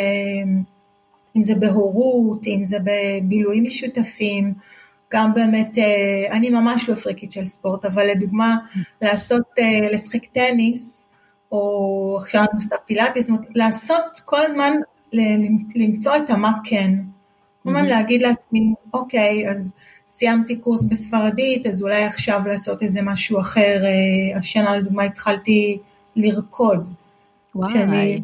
אם זה בהורות, אם זה בבילויים משותפים, גם באמת, אני ממש לא פריקית של ספורט, אבל לדוגמה, לעשות, לשחק טניס, או עכשיו אני עושה פילאטיס, לעשות כל הזמן, למצוא את המה כן, כל הזמן להגיד לעצמי, אוקיי, אז סיימתי קורס בספרדית, אז אולי עכשיו לעשות איזה משהו אחר, השנה לדוגמה התחלתי לרקוד, וואי. שאני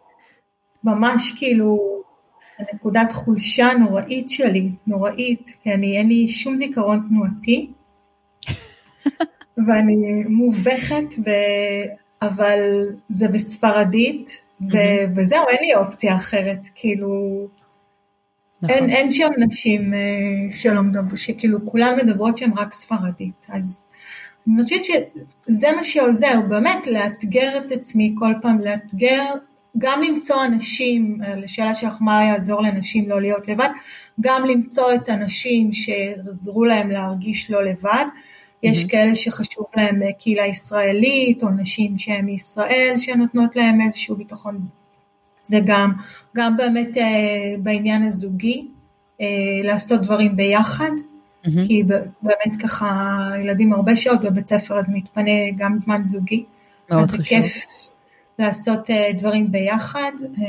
ממש כאילו, נקודת חולשה נוראית שלי, נוראית, כי אני, אין לי שום זיכרון תנועתי, ואני מובכת, ו... אבל זה בספרדית, ו... וזהו, אין לי אופציה אחרת, כאילו, נכון. אין, אין שם נשים שלא מדבר, שכאילו כולן מדברות שהן רק ספרדית, אז אני חושבת שזה מה שעוזר, באמת לאתגר את עצמי כל פעם, לאתגר, גם למצוא אנשים, לשאלה שלך מה יעזור לנשים לא להיות לבד, גם למצוא את הנשים שעזרו להם להרגיש לא לבד, יש כאלה שחשוב להם קהילה ישראלית, או נשים שהן מישראל, שנותנות להם איזשהו ביטחון. זה גם, גם באמת בעניין הזוגי, לעשות דברים ביחד, כי באמת ככה ילדים הרבה שעות בבית ספר, אז מתפנה גם זמן זוגי. אז זה כיף לעשות דברים ביחד,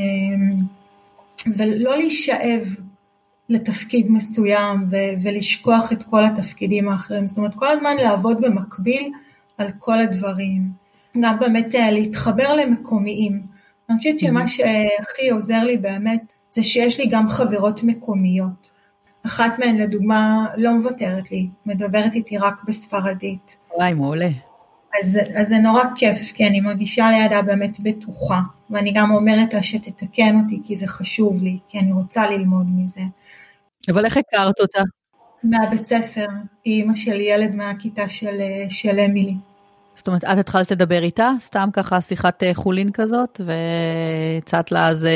ולא להישאב לתפקיד מסוים, ולשכוח את כל התפקידים האחרים. זאת אומרת, כל הזמן לעבוד במקביל על כל הדברים. גם באמת להתחבר למקומיים. אני חושבת שמה שהכי עוזר לי באמת, זה שיש לי גם חברות מקומיות. אחת מהן לדוגמה לא מוותרת לי, מדברת איתי רק בספרדית. וואי, מעולה. אז, אז זה נורא כיף, כי אני מרגישה לידה באמת בטוחה, ואני גם אומרת לה שתתקן אותי, כי זה חשוב לי, כי אני רוצה ללמוד מזה. אבל איך הכרת אותה? מהבית ספר, היא אמא של ילד מהכיתה של, של אמילי. זאת אומרת, את התחלת לדבר איתה, סתם ככה שיחת חולין כזאת, והצעת לה אז,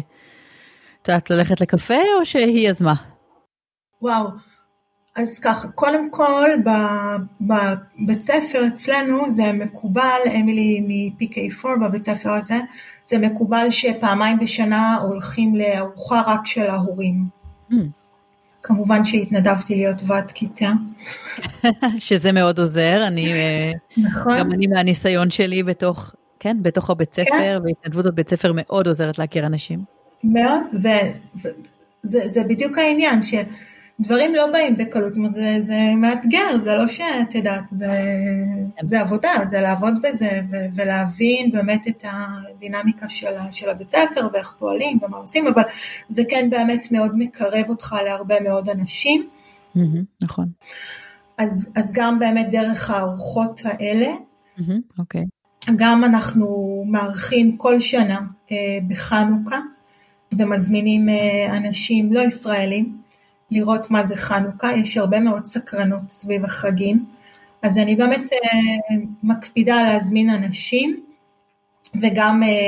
הצעת ללכת לקפה, או שהיא יזמה? וואו, אז ככה, קודם כל, בבית ספר אצלנו זה מקובל, אמילי מ-פי קיי פור בבית ספר הזה, זה מקובל שפעמיים בשנה הולכים לארוחה רק של ההורים. Mm. כמובן שהתנדבתי להיות ועד כיתה. שזה מאוד עוזר, אני, נכון. גם אני מהניסיון שלי בתוך, כן, בתוך הבית ספר, כן. והתנדבות בבית ספר מאוד עוזרת להכיר אנשים. מאוד, וזה זה בדיוק העניין, שדברים לא באים בקלות, זאת אומרת, זה, זה מאתגר, זה לא שאת יודעת, זה, כן. זה עבודה, זה לעבוד בזה, ו, ולהבין באמת את הדינמיקה של, של הבית ספר, ואיך פועלים ומה עושים, אבל זה כן באמת מאוד מקרב אותך להרבה מאוד אנשים. Mm-hmm, נכון. אז, אז גם באמת דרך הארוחות האלה, mm-hmm, okay. גם אנחנו מארחים כל שנה אה, בחנוכה, ומזמינים אה, אנשים לא ישראלים, לראות מה זה חנוכה, יש הרבה מאוד סקרנות סביב החגים, אז אני באמת אה, מקפידה להזמין אנשים, וגם אה,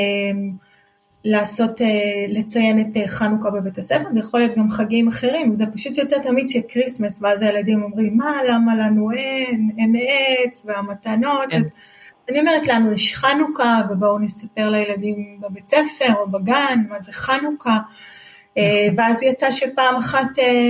לעשות, אה, לציין את אה, חנוכה בבית הספר, זה יכול להיות גם חגים אחרים, זה פשוט יוצא תמיד שקריסמס, ואז הילדים אומרים, מה, למה לנו אין, אין עץ, והמתנות, כן. אז אני אומרת לנו, יש חנוכה, ובואו נספר לילדים בבית ספר, או בגן, מה זה חנוכה, ואז יצא שפעם אחת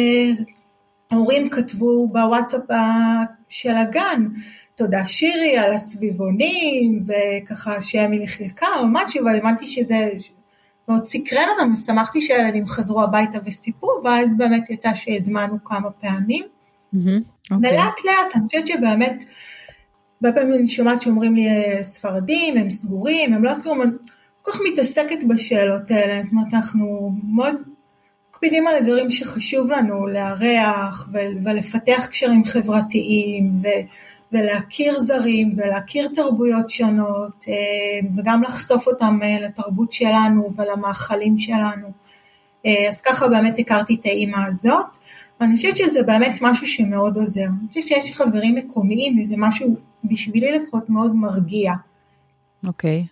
ההורים כתבו בוואטסאפ של הגן, תודה שירי על הסביבונים, וככה שאמילי חילקה או משהו, והאמנתי שזה מאוד סקרן אותם, ושמחתי שהילדים חזרו הביתה וסיפרו, ואז באמת יצא שהזמנו כמה פעמים, ולאט לאט, אני חושבת שבאמת, בפעמים אני שומעת שאומרים לי ספרדים, הם סגורים, הם לא סגורים, אני כל כך מתעסקת בשאלות האלה, זאת אומרת, אנחנו מאוד מקפידים על הדברים שחשוב לנו, לארח ולפתח קשרים חברתיים, ולהכיר זרים, ולהכיר תרבויות שונות, וגם לחשוף אותם לתרבות שלנו, ולמאכלים שלנו. אז ככה באמת הכרתי את האמא הזאת, ואני חושבת שזה באמת משהו שמאוד עוזר. אני חושבת שיש חברים מקומיים, וזה משהו בשבילי לפחות מאוד מרגיע. אוקיי.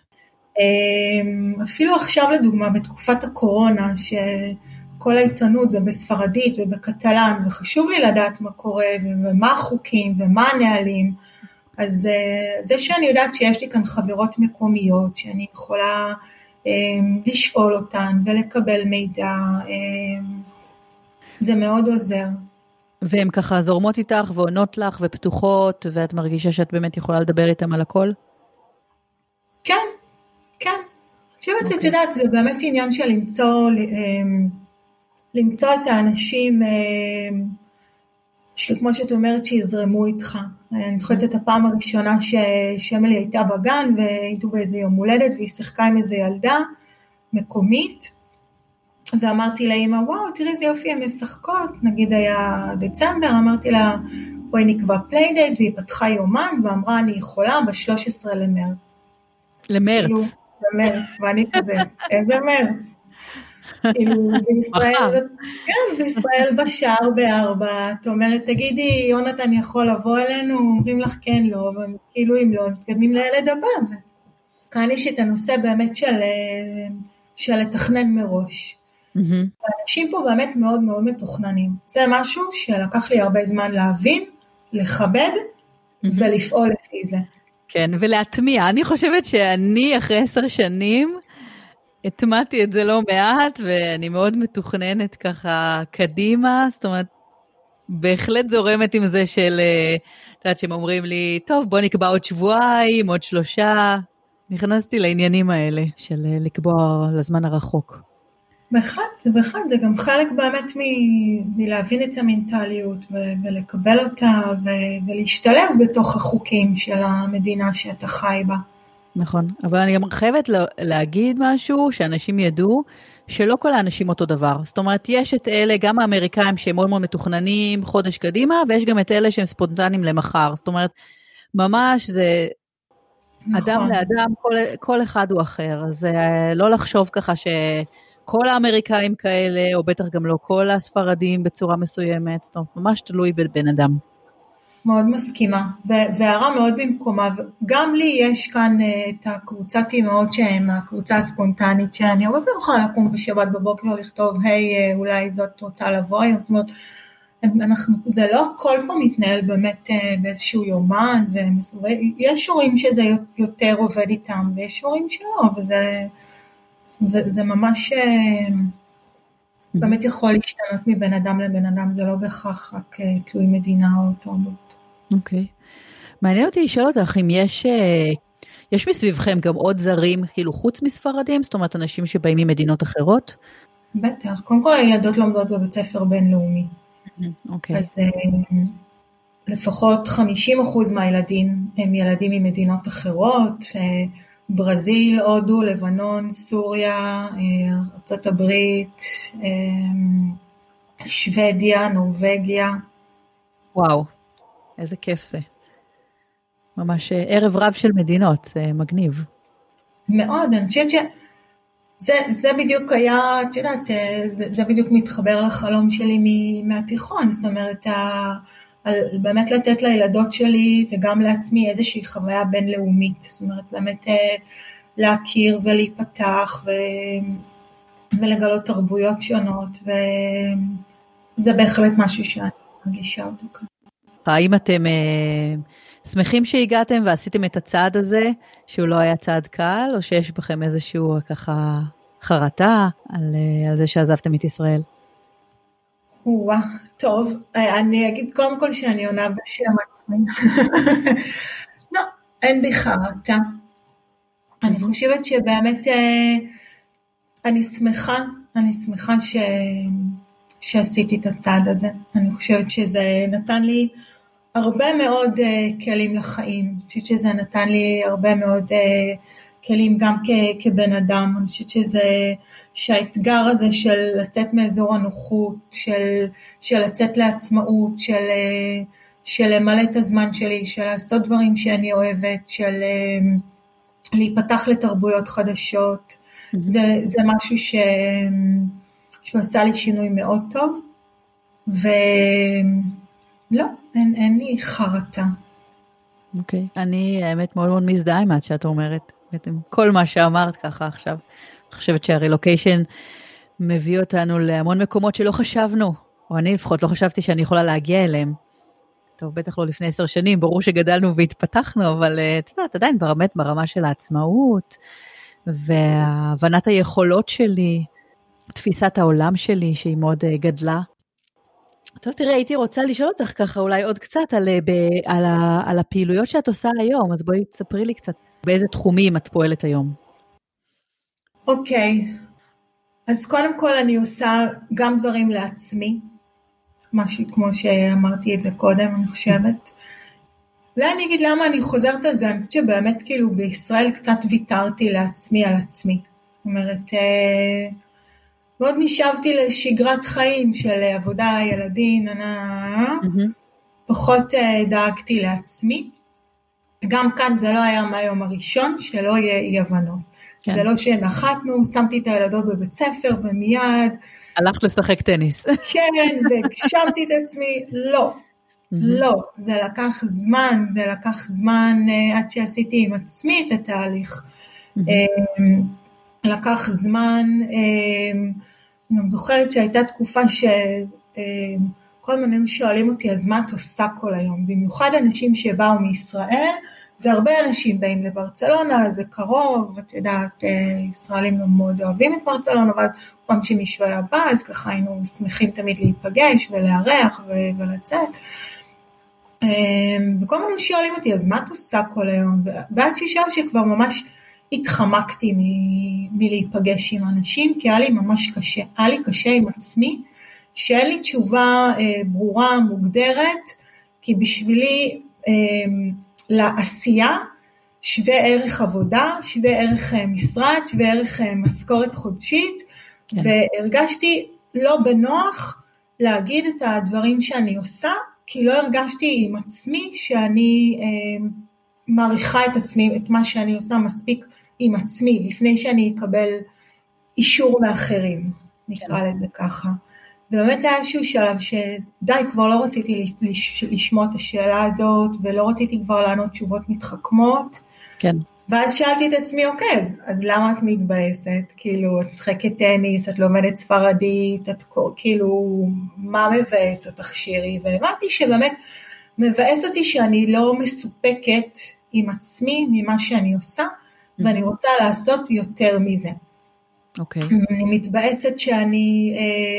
אפילו עכשיו לדוגמה, בתקופת הקורונה, שכל העיתונות זה בספרדית ובקטלן, וחשוב לי לדעת מה קורה, ומה החוקים, ומה הנהלים, אז זה שאני יודעת שיש לי כאן חברות מקומיות, שאני יכולה לשאול אותן, ולקבל מידע, זה מאוד עוזר. והן ככה זורמות איתך ועונות לך ופתוחות, ואת מרגישה שאת באמת יכולה לדבר איתן על הכל? כן, כן. אני חושבת, את יודעת, זה באמת עניין של למצוא, למצוא את האנשים, שכמו שאת אומרת, שיזרמו איתך. אני זוכרת את הפעם הראשונה שאמילי הייתה בגן, והייתו באיזה יום הולדת, והיא שיחקה עם איזה ילדה מקומית, ואמרתי לאמא, וואו, תראי איזה יופי, הן משחקות, נגיד היה דצמבר, אמרתי לה, בואי נקבע פליידייט, והיא פתחה יומן, ואמרה, אני יכולה ב-שלושה עשר למרץ. למרץ. כאילו, למרץ, ואני כזה, איזה מרץ? כאילו, בישראל, כן, בישראל בשער בארבע, את אומרת, תגידי, יונתן יכול לבוא אלינו, אומרים לך כן, לא, וכאילו אם לא, מתקדמים לילד הבא, וכאן יש את הנושא באמת של, של לתכנן מראש. האנשים פה באמת מאוד מאוד מתוכננים. זה משהו שלקח לי הרבה זמן להבין, לכבד, ולפעול לפי זה. כן, ולהטמיע. אני חושבת שאני אחרי עשר שנים, הטמעתי את זה לא מעט, ואני מאוד מתוכננת ככה קדימה, זאת אומרת, בהחלט זורמת עם זה של, את יודעת שהם אומרים לי, טוב בוא נקבע עוד שבועיים, עוד שלושה, נכנסתי לעניינים האלה, של לקבוע לזמן הרחוק. בהחלט, זה בהחלט, זה גם חלק באמת מ- מלהבין את המנטליות, ו- ולקבל אותה, ו- ולהשתלב בתוך החוקים של המדינה שאתה חי בה. נכון, אבל אני גם חייבת להגיד משהו, שאנשים ידעו, שלא כל האנשים אותו דבר. זאת אומרת, יש את אלה, גם האמריקאים שהם מאוד מאוד מתוכננים חודש קדימה, ויש גם את אלה שהם ספונטניים למחר. זאת אומרת, ממש זה נכון. אדם לאדם, כל, כל אחד הוא אחר. אז לא לחשוב ככה שכל האמריקאים כאלה, או בטח גם לא כל הספרדים בצורה מסוימת. זאת אומרת, ממש תלוי בבן אדם. מאוד מסכימה, והערה מאוד במקומה, גם לי יש כאן את הקבוצת אימהות שהן הקבוצה הספונטנית, שאני הרבה פעמים יכולה לקום בשבת בבוקר ולכתוב, היי, אולי זאת רוצה לבוא היום, זאת אומרת, אנחנו, זה לא כל פעם מתנהל באמת באיזשהו יומן, ויש הורים שזה יותר עובד איתם, ויש הורים שלא, וזה זה, זה ממש באמת יכול להשתנות מבן אדם לבן אדם, זה לא בהכרח רק תלוי מדינה או תרבות. אוקיי. מעניין אותי לשאול אותך אם יש, יש מסביבכם גם עוד זרים, כאילו חוץ מספרדים, זאת אומרת אנשים שבאים ממדינות אחרות? בטח, קודם כל הילדות לומדות בבית ספר בינלאומי. אוקיי. אז לפחות חמישים אחוז מהילדים הם ילדים ממדינות אחרות, ברזיל, הודו, לבנון, סוריה, ארצות הברית, שוודיה, נורווגיה. וואו, איזה כיף זה. ממש ערב רב של מדינות, זה מגניב. מאוד, אני חושבת שזה זה בדיוק היה, את יודעת, זה, זה בדיוק מתחבר לחלום שלי מהתיכון, זאת אומרת, ה, על, באמת לתת לילדות שלי וגם לעצמי איזושהי חוויה בינלאומית, זאת אומרת, באמת להכיר ולהיפתח ו, ולגלות תרבויות שונות, וזה בהחלט משהו שאני מרגישה אותו כאן. האם אתם שמחים שהגעתם ועשיתם את הצעד הזה, שהוא לא היה צעד קל, או שיש בכם איזשהו ככה חרטה על, על זה שעזבתם את ישראל? וואה, טוב, אני אגיד קודם כל שאני עונה בשם עצמי. לא, אין בי חרטה. אני חושבת שבאמת אני שמחה, אני שמחה ש... שעשיתי את הצעד הזה. אני חושבת שזה נתן לי הרבה מאוד uh, כלים לחיים. אני חושבת שזה נתן לי הרבה מאוד uh, כלים גם כ- כבן אדם. אני חושבת שזה, שהאתגר הזה של לצאת מאזור הנוחות, של, של לצאת לעצמאות, של, uh, של למלא את הזמן שלי, של לעשות דברים שאני אוהבת, של uh, להיפתח לתרבויות חדשות. Mm-hmm. זה, זה משהו ש... שהוא עשה לי שינוי מאוד טוב, ולא, אין, אין לי חרטה. אוקיי, okay. אני האמת מאוד מאוד מזדהה עם את שאת אומרת, בעצם כל מה שאמרת ככה עכשיו, אני חושבת שהרילוקיישן מביא אותנו להמון מקומות שלא חשבנו, או אני לפחות לא חשבתי שאני יכולה להגיע אליהם. טוב, בטח לא לפני עשר שנים, ברור שגדלנו והתפתחנו, אבל את יודעת, עדיין באמת ברמה של העצמאות, והבנת היכולות שלי, תפיסת העולם שלי שהיא מאוד גדלה. טוב, תראה, הייתי רוצה לשאול אותך ככה אולי עוד קצת על, ב, על, ה, על הפעילויות שאת עושה היום, אז בואי תספרי לי קצת באיזה תחומים את פועלת היום. אוקיי, אז קודם כל אני עושה גם דברים לעצמי, משהו כמו שאמרתי את זה קודם, אני חושבת. אולי אני אגיד למה אני חוזרת על זה, אני חושבת שבאמת כאילו בישראל קצת ויתרתי לעצמי על עצמי. זאת אומרת, מאוד נשאבתי לשגרת חיים של עבודה, ילדים, ננה, mm-hmm. פחות דאגתי לעצמי. גם כאן זה לא היה מהיום הראשון, שלא יהיה אי הבנות. כן. זה לא שנחתנו, שמתי את הילדות בבית ספר ומיד. הלכת לשחק טניס. כן, והגשמתי את עצמי, לא. Mm-hmm. לא, זה לקח זמן, זה לקח זמן עד שעשיתי עם עצמי את התהליך. Mm-hmm. לקח זמן, אני גם זוכרת שהייתה תקופה כל הזמן שואלים אותי, אז מה את עושה כל היום? במיוחד אנשים שבאו מישראל, והרבה אנשים באים לברצלונה, זה קרוב, את יודעת, ישראלים לא מאוד אוהבים את ברצלונה, אבל פעם שמישהו היה בא, אז ככה היינו שמחים תמיד להיפגש ולארח ולצאת. וכל מיני שואלים אותי, אז מה את עושה כל היום? ואז ששאל שכבר ממש התחמקתי מ- מלהיפגש עם אנשים, כי היה לי ממש קשה, היה לי קשה עם עצמי, שאין לי תשובה אה, ברורה, מוגדרת, כי בשבילי אה, לעשייה שווה ערך עבודה, שווה ערך אה, משרד, שווה ערך אה, משכורת חודשית, כן. והרגשתי לא בנוח להגיד את הדברים שאני עושה, כי לא הרגשתי עם עצמי שאני אה, מעריכה את עצמי, את מה שאני עושה מספיק עם עצמי, לפני שאני אקבל אישור מאחרים, נקרא כן. לזה ככה. ובאמת היה איזשהו שלב שדי, כבר לא רציתי לשמוע את השאלה הזאת, ולא רציתי כבר לענות תשובות מתחכמות. כן. ואז שאלתי את עצמי, אוקיי, אז, אז למה את מתבאסת? כאילו, את משחקת טניס, את לומדת ספרדית, את כאילו, מה מבאס אותך שירי? והבנתי שבאמת מבאס אותי שאני לא מסופקת עם עצמי ממה שאני עושה, mm-hmm. ואני רוצה לעשות יותר מזה. אוקיי. אני מתבאסת שאני,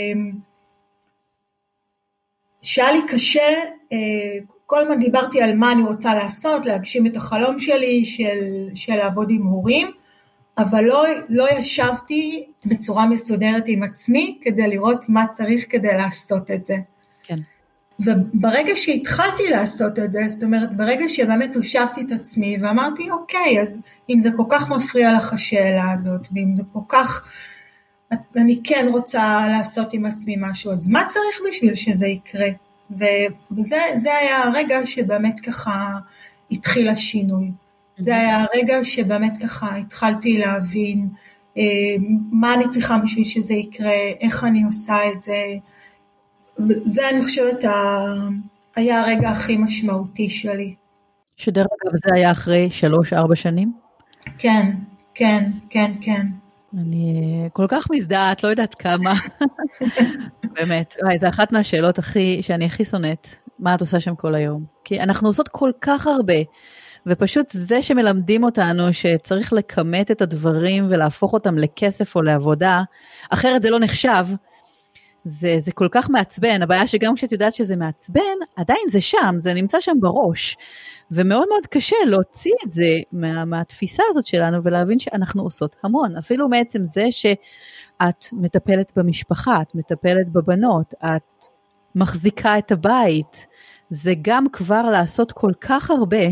שהיה לי קשה, כל הזמן דיברתי על מה אני רוצה לעשות, להגשים את החלום שלי של, של לעבוד עם הורים, אבל לא, לא ישבתי בצורה מסודרת עם עצמי, כדי לראות מה צריך כדי לעשות את זה. כן. וברגע שהתחלתי לעשות את זה, זאת אומרת, ברגע שבאמת הושבתי את עצמי, ואמרתי, אוקיי, אז אם זה כל כך מפריע לך השאלה הזאת, ואם זה כל כך, אני כן רוצה לעשות עם עצמי משהו, אז מה צריך בשביל שזה יקרה? וזה זה היה הרגע שבאמת ככה התחיל השינוי. זה היה הרגע שבאמת ככה התחלתי להבין אה, מה אני צריכה בשביל שזה יקרה, איך אני עושה את זה. וזה אני חושבת ה... היה הרגע הכי משמעותי שלי. שדרך אגב זה היה אחרי שלוש, ארבע שנים? כן, כן, כן, כן. אני כל כך מזדהת, לא יודעת כמה. באמת, זה אחת מהשאלות הכי, שאני הכי שונאת, מה את עושה שם כל היום? כי אנחנו עושות כל כך הרבה, ופשוט זה שמלמדים אותנו שצריך לקמת את הדברים ולהפוך אותם לכסף או לעבודה, אחרת זה לא נחשב, זה, זה כל כך מעצבן. הבעיה שגם כשאת יודעת שזה מעצבן, עדיין זה שם, זה נמצא שם בראש, ומאוד מאוד קשה להוציא את זה מה, מהתפיסה הזאת שלנו, ולהבין שאנחנו עושות המון, אפילו מעצם זה שאת מטפלת במשפחה, את מטפלת בבנות, את מחזיקה את הבית, זה גם כבר לעשות כל כך הרבה,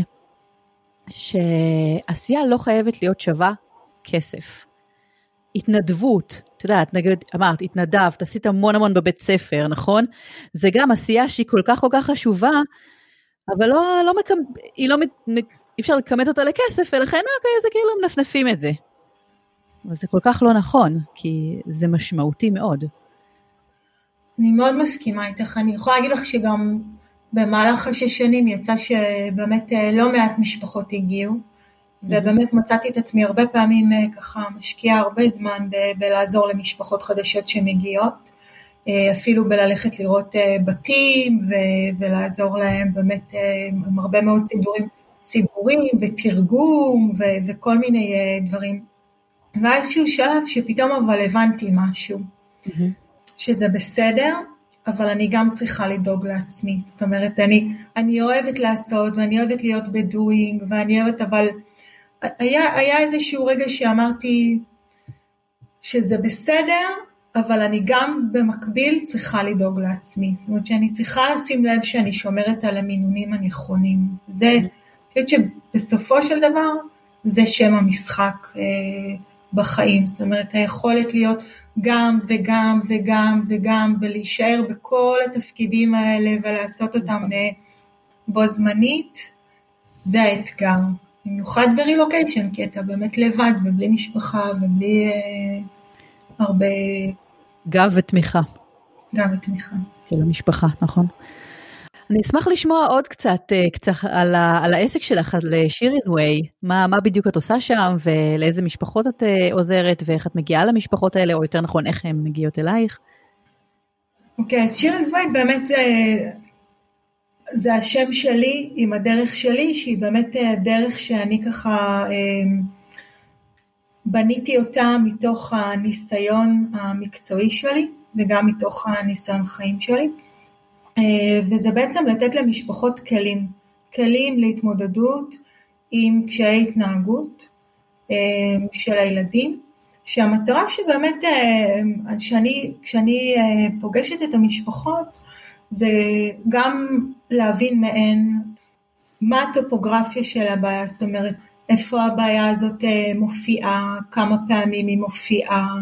שעשייה לא חייבת להיות שווה כסף. התנדבות, את יודעת, נגד, אמרת, התנדבת, עשית המון המון בבית ספר, נכון? זה גם עשייה שהיא כל כך כל כך חשובה, אבל לא, לא מקמ... היא לא, אי אפשר לקמת אותה לכסף, ולכן, אוקיי, זה כאילו מנפנפים את זה. אבל זה כל כך לא נכון, כי זה משמעותי מאוד. אני מאוד מסכימה איתך, אני יכולה להגיד לך שגם במהלך השש שנים יצא שבאמת לא מעט משפחות הגיעו, ובאמת מצאתי את עצמי הרבה פעמים ככה משקיעה הרבה זמן ב- בלעזור למשפחות חדשות שמגיעות, אפילו בללכת לראות בתים ו- ולעזור להם באמת עם הרבה מאוד סידורים, סידורים ותרגום ו- וכל מיני דברים. ואז איזשהו שלב שפתאום אבל הבנתי משהו, mm-hmm. שזה בסדר, אבל אני גם צריכה לדאוג לעצמי. זאת אומרת, אני, אני אוהבת לעשות ואני אוהבת להיות בדואינג ואני אוהבת, אבל היה, היה איזשהו רגע שאמרתי שזה בסדר, אבל אני גם במקביל צריכה לדאוג לעצמי. זאת אומרת שאני צריכה לשים לב שאני שומרת על המינונים הנכונים. זה, אני חושבת שבסופו של דבר, זה שם המשחק אה, בחיים. זאת אומרת, היכולת להיות גם וגם וגם וגם, ולהישאר בכל התפקידים האלה, ולעשות אותם אה, בו זמנית, זה האתגר. במיוחד ברילוקיישן, כי אתה באמת לבד, ובלי משפחה, ובלי אה, הרבה... גב ותמיכה. גב ותמיכה. של המשפחה, נכון. אני אשמח לשמוע עוד קצת, קצת על, ה, על העסק שלך, על שירי's way, מה, מה בדיוק את עושה שם, ולאיזה משפחות את עוזרת, ואיך את מגיעה למשפחות האלה, או יותר נכון, איך הן מגיעות אלייך? אוקיי, אז שיר איז וייט באמת זה, זה השם שלי עם הדרך שלי, שהיא באמת הדרך שאני ככה בניתי אותה מתוך הניסיון המקצועי שלי, וגם מתוך הניסיון חיים שלי, וזה בעצם לתת למשפחות כלים, כלים להתמודדות עם קשיי התנהגות של הילדים, שהמטרה שבאמת, שאני, כשאני פוגשת את המשפחות, זה גם להבין מהן מה הטופוגרפיה של הבעיה, זאת אומרת, איפה הבעיה הזאת מופיעה, כמה פעמים היא מופיעה,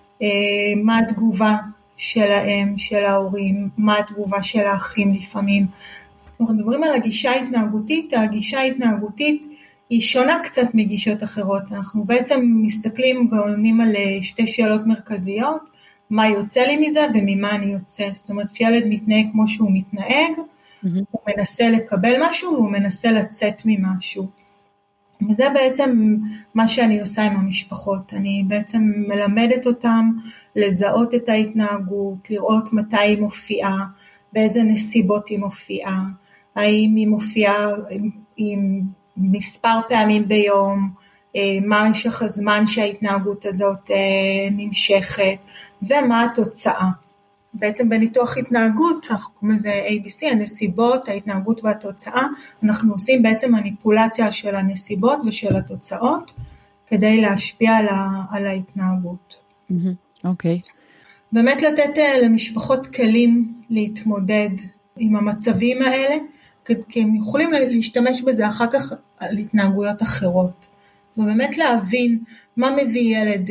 מה התגובה שלהם, של ההורים, מה התגובה של האחים לפעמים. אנחנו מדברים על הגישה ההתנהגותית, הגישה ההתנהגותית היא שונה קצת מגישות אחרות, אנחנו בעצם מסתכלים ועונים על שתי שאלות מרכזיות, מה יוצא לי מזה וממה אני יוצא, זאת אומרת שילד מתנהג כמו שהוא מתנהג, mm-hmm. הוא מנסה לקבל משהו והוא מנסה לצאת ממשהו, וזה בעצם מה שאני עושה עם המשפחות, אני בעצם מלמדת אותם לזהות את ההתנהגות, לראות מתי היא מופיעה, באיזה נסיבות היא מופיעה, האם היא מופיעה עם מספר פעמים ביום, מה משך הזמן שההתנהגות הזאת נמשכת, ומה התוצאה. בעצם בניתוח התנהגות, אנחנו קוראים לזה איי בי סי, הנסיבות, ההתנהגות והתוצאה, אנחנו עושים בעצם מניפולציה של הנסיבות ושל התוצאות, כדי להשפיע על, ה, על ההתנהגות. אוקיי. Okay. באמת לתת למשפחות כלים להתמודד עם המצבים האלה, כי הם יכולים להשתמש בזה אחר כך על התנהגויות אחרות. ובאמת להבין מה מביא ילד,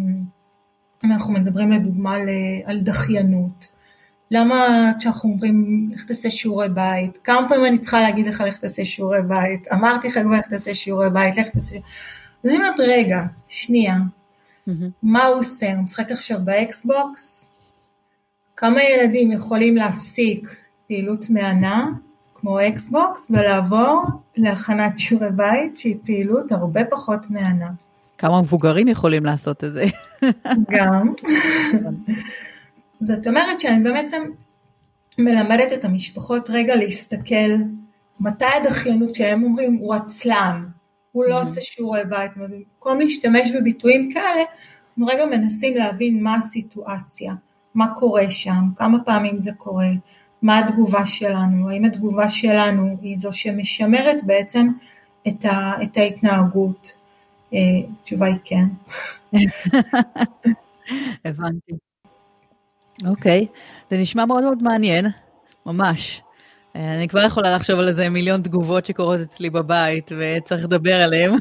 אם אנחנו מדברים לדוגמה על, על דחיינות. למה כשאנחנו אומרים, לך תעשה שיעורי בית, כמה פעמים אני צריכה להגיד לך, לך תעשה שיעורי בית, אמרתי לך כבר, לך תעשה שיעורי בית, לך תעשה... אז אני אומרת, רגע, שנייה, mm-hmm. מה הוא עושה? הוא משחק עכשיו באקסבוקס? כמה ילדים יכולים להפסיק פעילות מענה, כמו אקסבוקס, ולעבור להכנת שיעורי בית, שהיא פעילות הרבה פחות מענה. כמה מבוגרים יכולים לעשות את זה? גם. זאת אומרת שאני באמת מלמדת את המשפחות רגע להסתכל, מתי הדחיינות שהם אומרים, הוא עצלן, הוא לא עושה שיעורי בית, במקום להשתמש בביטויים כאלה, אנחנו רגע מנסים להבין מה הסיטואציה, מה קורה שם, כמה פעמים זה קורה, מה התגובה שלנו, האם התגובה שלנו היא זו שמשמרת בעצם את, ה, את ההתנהגות. התשובה היא כן. הבנתי. אוקיי, זה נשמע מאוד מאוד מעניין, ממש. אני כבר יכולה לחשוב על איזה מיליון תגובות שקורות אצלי בבית, וצריך לדבר עליהן.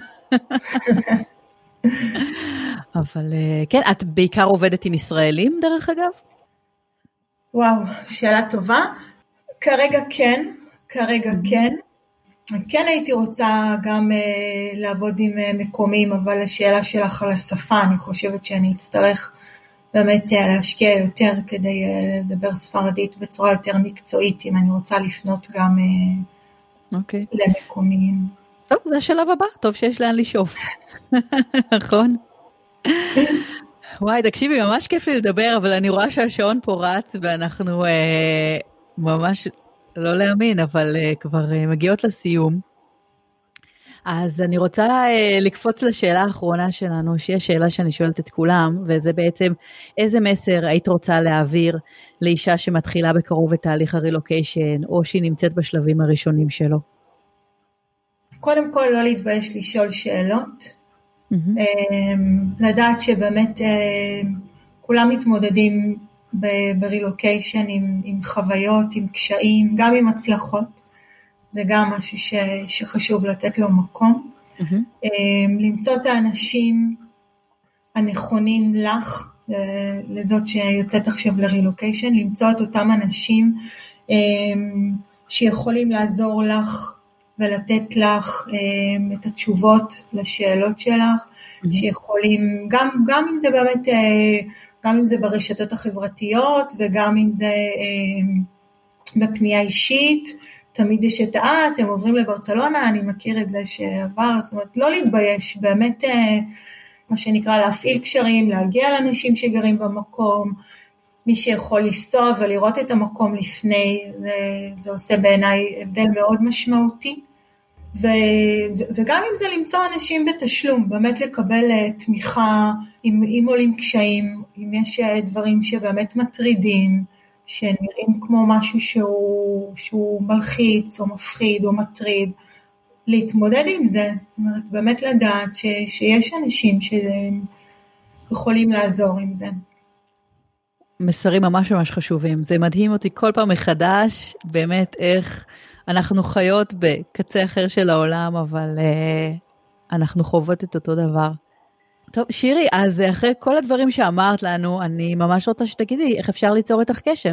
אבל כן, את בעיקר עובדת עם ישראלים דרך אגב? וואו, שאלה טובה. כרגע כן, כרגע כן. כן הייתי רוצה גם uh, לעבוד עם uh, מקומים, אבל השאלה שלך על השפה, אני חושבת שאני אצטרך באמת uh, להשקיע יותר כדי uh, לדבר ספרדית בצורה יותר מקצועית, אם אני רוצה לפנות גם uh, okay. למקומים. טוב, זה השלב הבא, טוב שיש לאן לשאוף. נכון? וואי, תקשיבי, ממש כיף לי לדבר, אבל אני רואה שהשעון פה רץ, ואנחנו אה, ממש לא להאמין, אבל אה, כבר אה, מגיעות לסיום. אז אני רוצה אה, לקפוץ לשאלה האחרונה שלנו, שהיא שאלה שאני שואלת את כולם, וזה בעצם, איזה מסר היית רוצה להעביר לאישה שמתחילה בקרוב את תהליך הרילוקיישן, או שהיא נמצאת בשלבים הראשונים שלו? קודם כל, לא להתבייש לשאול שאלות, Mm-hmm. לדעת שבאמת כולם מתמודדים ברילוקיישן עם, עם חוויות, עם קשיים, גם עם הצלחות, זה גם משהו ש, שחשוב לתת לו מקום, mm-hmm. למצוא את האנשים הנכונים לך, לזאת שיוצאת עכשיו לרילוקיישן, למצוא את אותם אנשים שיכולים לעזור לך, ולתת לך um, את התשובות לשאלות שלך, mm-hmm. שיכולים, גם, גם אם זה באמת, uh, גם אם זה ברשתות החברתיות, וגם אם זה um, בפנייה אישית, תמיד יש את אה, אתם עוברים לברצלונה, אני מכיר את זה שעבר, זאת אומרת, לא להתבייש, באמת, uh, מה שנקרא להפעיל קשרים, להגיע לאנשים שגרים במקום, מי שיכול לנסוע ולראות את המקום לפני, זה, זה עושה בעיניי הבדל מאוד משמעותי. ו, ו, וגם אם זה למצוא אנשים בתשלום, באמת לקבל תמיכה, אם, אם עולים קשיים, אם יש דברים שבאמת מטרידים, שנראים כמו משהו שהוא, שהוא מלחיץ או מפחיד או מטריד, להתמודד עם זה, זאת אומרת, באמת לדעת ש, שיש אנשים שיכולים לעזור עם זה. מסרים ממש ממש חשובים, זה מדהים אותי כל פעם מחדש, באמת איך אנחנו חיות בקצה אחר של העולם, אבל uh, אנחנו חוות את אותו דבר. טוב, שירי, אז אחרי כל הדברים שאמרת לנו, אני ממש רוצה שתגידי, איך אפשר ליצור איתך קשר?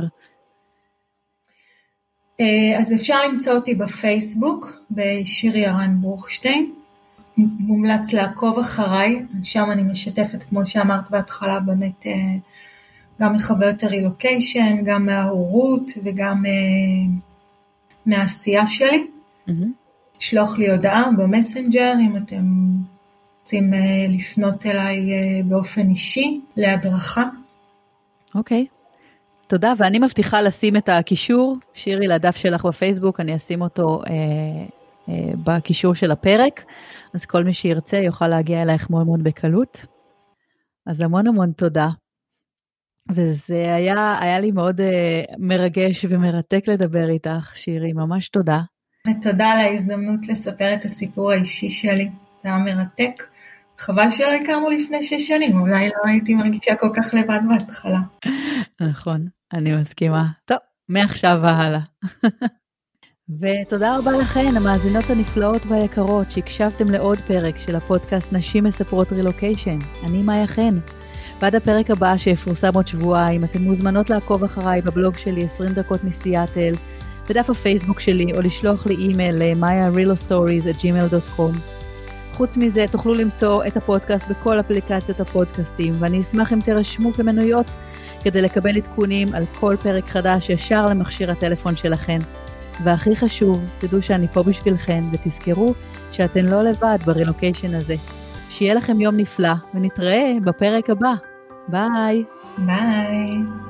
אז אפשר למצוא אותי בפייסבוק, בשירי הרן ברוכשטיין, מומלץ לעקוב אחריי, שם אני משתפת, כמו שאמרת בהתחלה, באמת גם מחוויות הרילוקיישן, גם מההורות וגם מהעשייה שלי. Mm-hmm. שלוח לי הודעה במסנג'ר, אם אתם רוצים לפנות אליי באופן אישי, להדרכה. אוקיי. Okay. תודה, ואני מבטיחה לשים את הקישור, שירי, לדף שלך בפייסבוק, אני אשים אותו אה, אה, בקישור של הפרק, אז כל מי שירצה יוכל להגיע אלייך מאוד מאוד בקלות. אז המון המון תודה. וזה היה, היה לי מאוד אה, מרגש ומרתק לדבר איתך, שירי, ממש תודה. ותודה על ההזדמנות לספר את הסיפור האישי שלי, זה היה מרתק. חבל שלא הכרנו לפני שש שנים, אולי לא הייתי מרגישה כל כך לבד בהתחלה. נכון, אני מסכימה. טוב, מעכשיו והלאה. ותודה רבה לכן, המאזינות הנפלאות והיקרות, שהקשבתם לעוד פרק של הפודקאסט נשים מספרות רילוקיישן. אני מאיה חן. ועד הפרק הבא שיפורסם עוד שבועיים, אתם מוזמנות לעקוב אחריי בבלוג שלי עשרים דקות מסיאטל, בדף הפייסבוק שלי, או לשלוח לי אימייל ל-maya real stories at gmail dot com. חוץ מזה, תוכלו למצוא את הפודקאסט בכל אפליקציות הפודקאסטים, ואני אשמח אם תרשמו כמנויות כדי לקבל עדכונים על כל פרק חדש ישר למכשיר הטלפון שלכם. והכי חשוב, תדעו שאני פה בשבילכם, ותזכרו שאתן לא לבד ברילוקיישן הזה. שיהיה לכם יום נפלא, ונתראה בפרק הבא. ביי. ביי.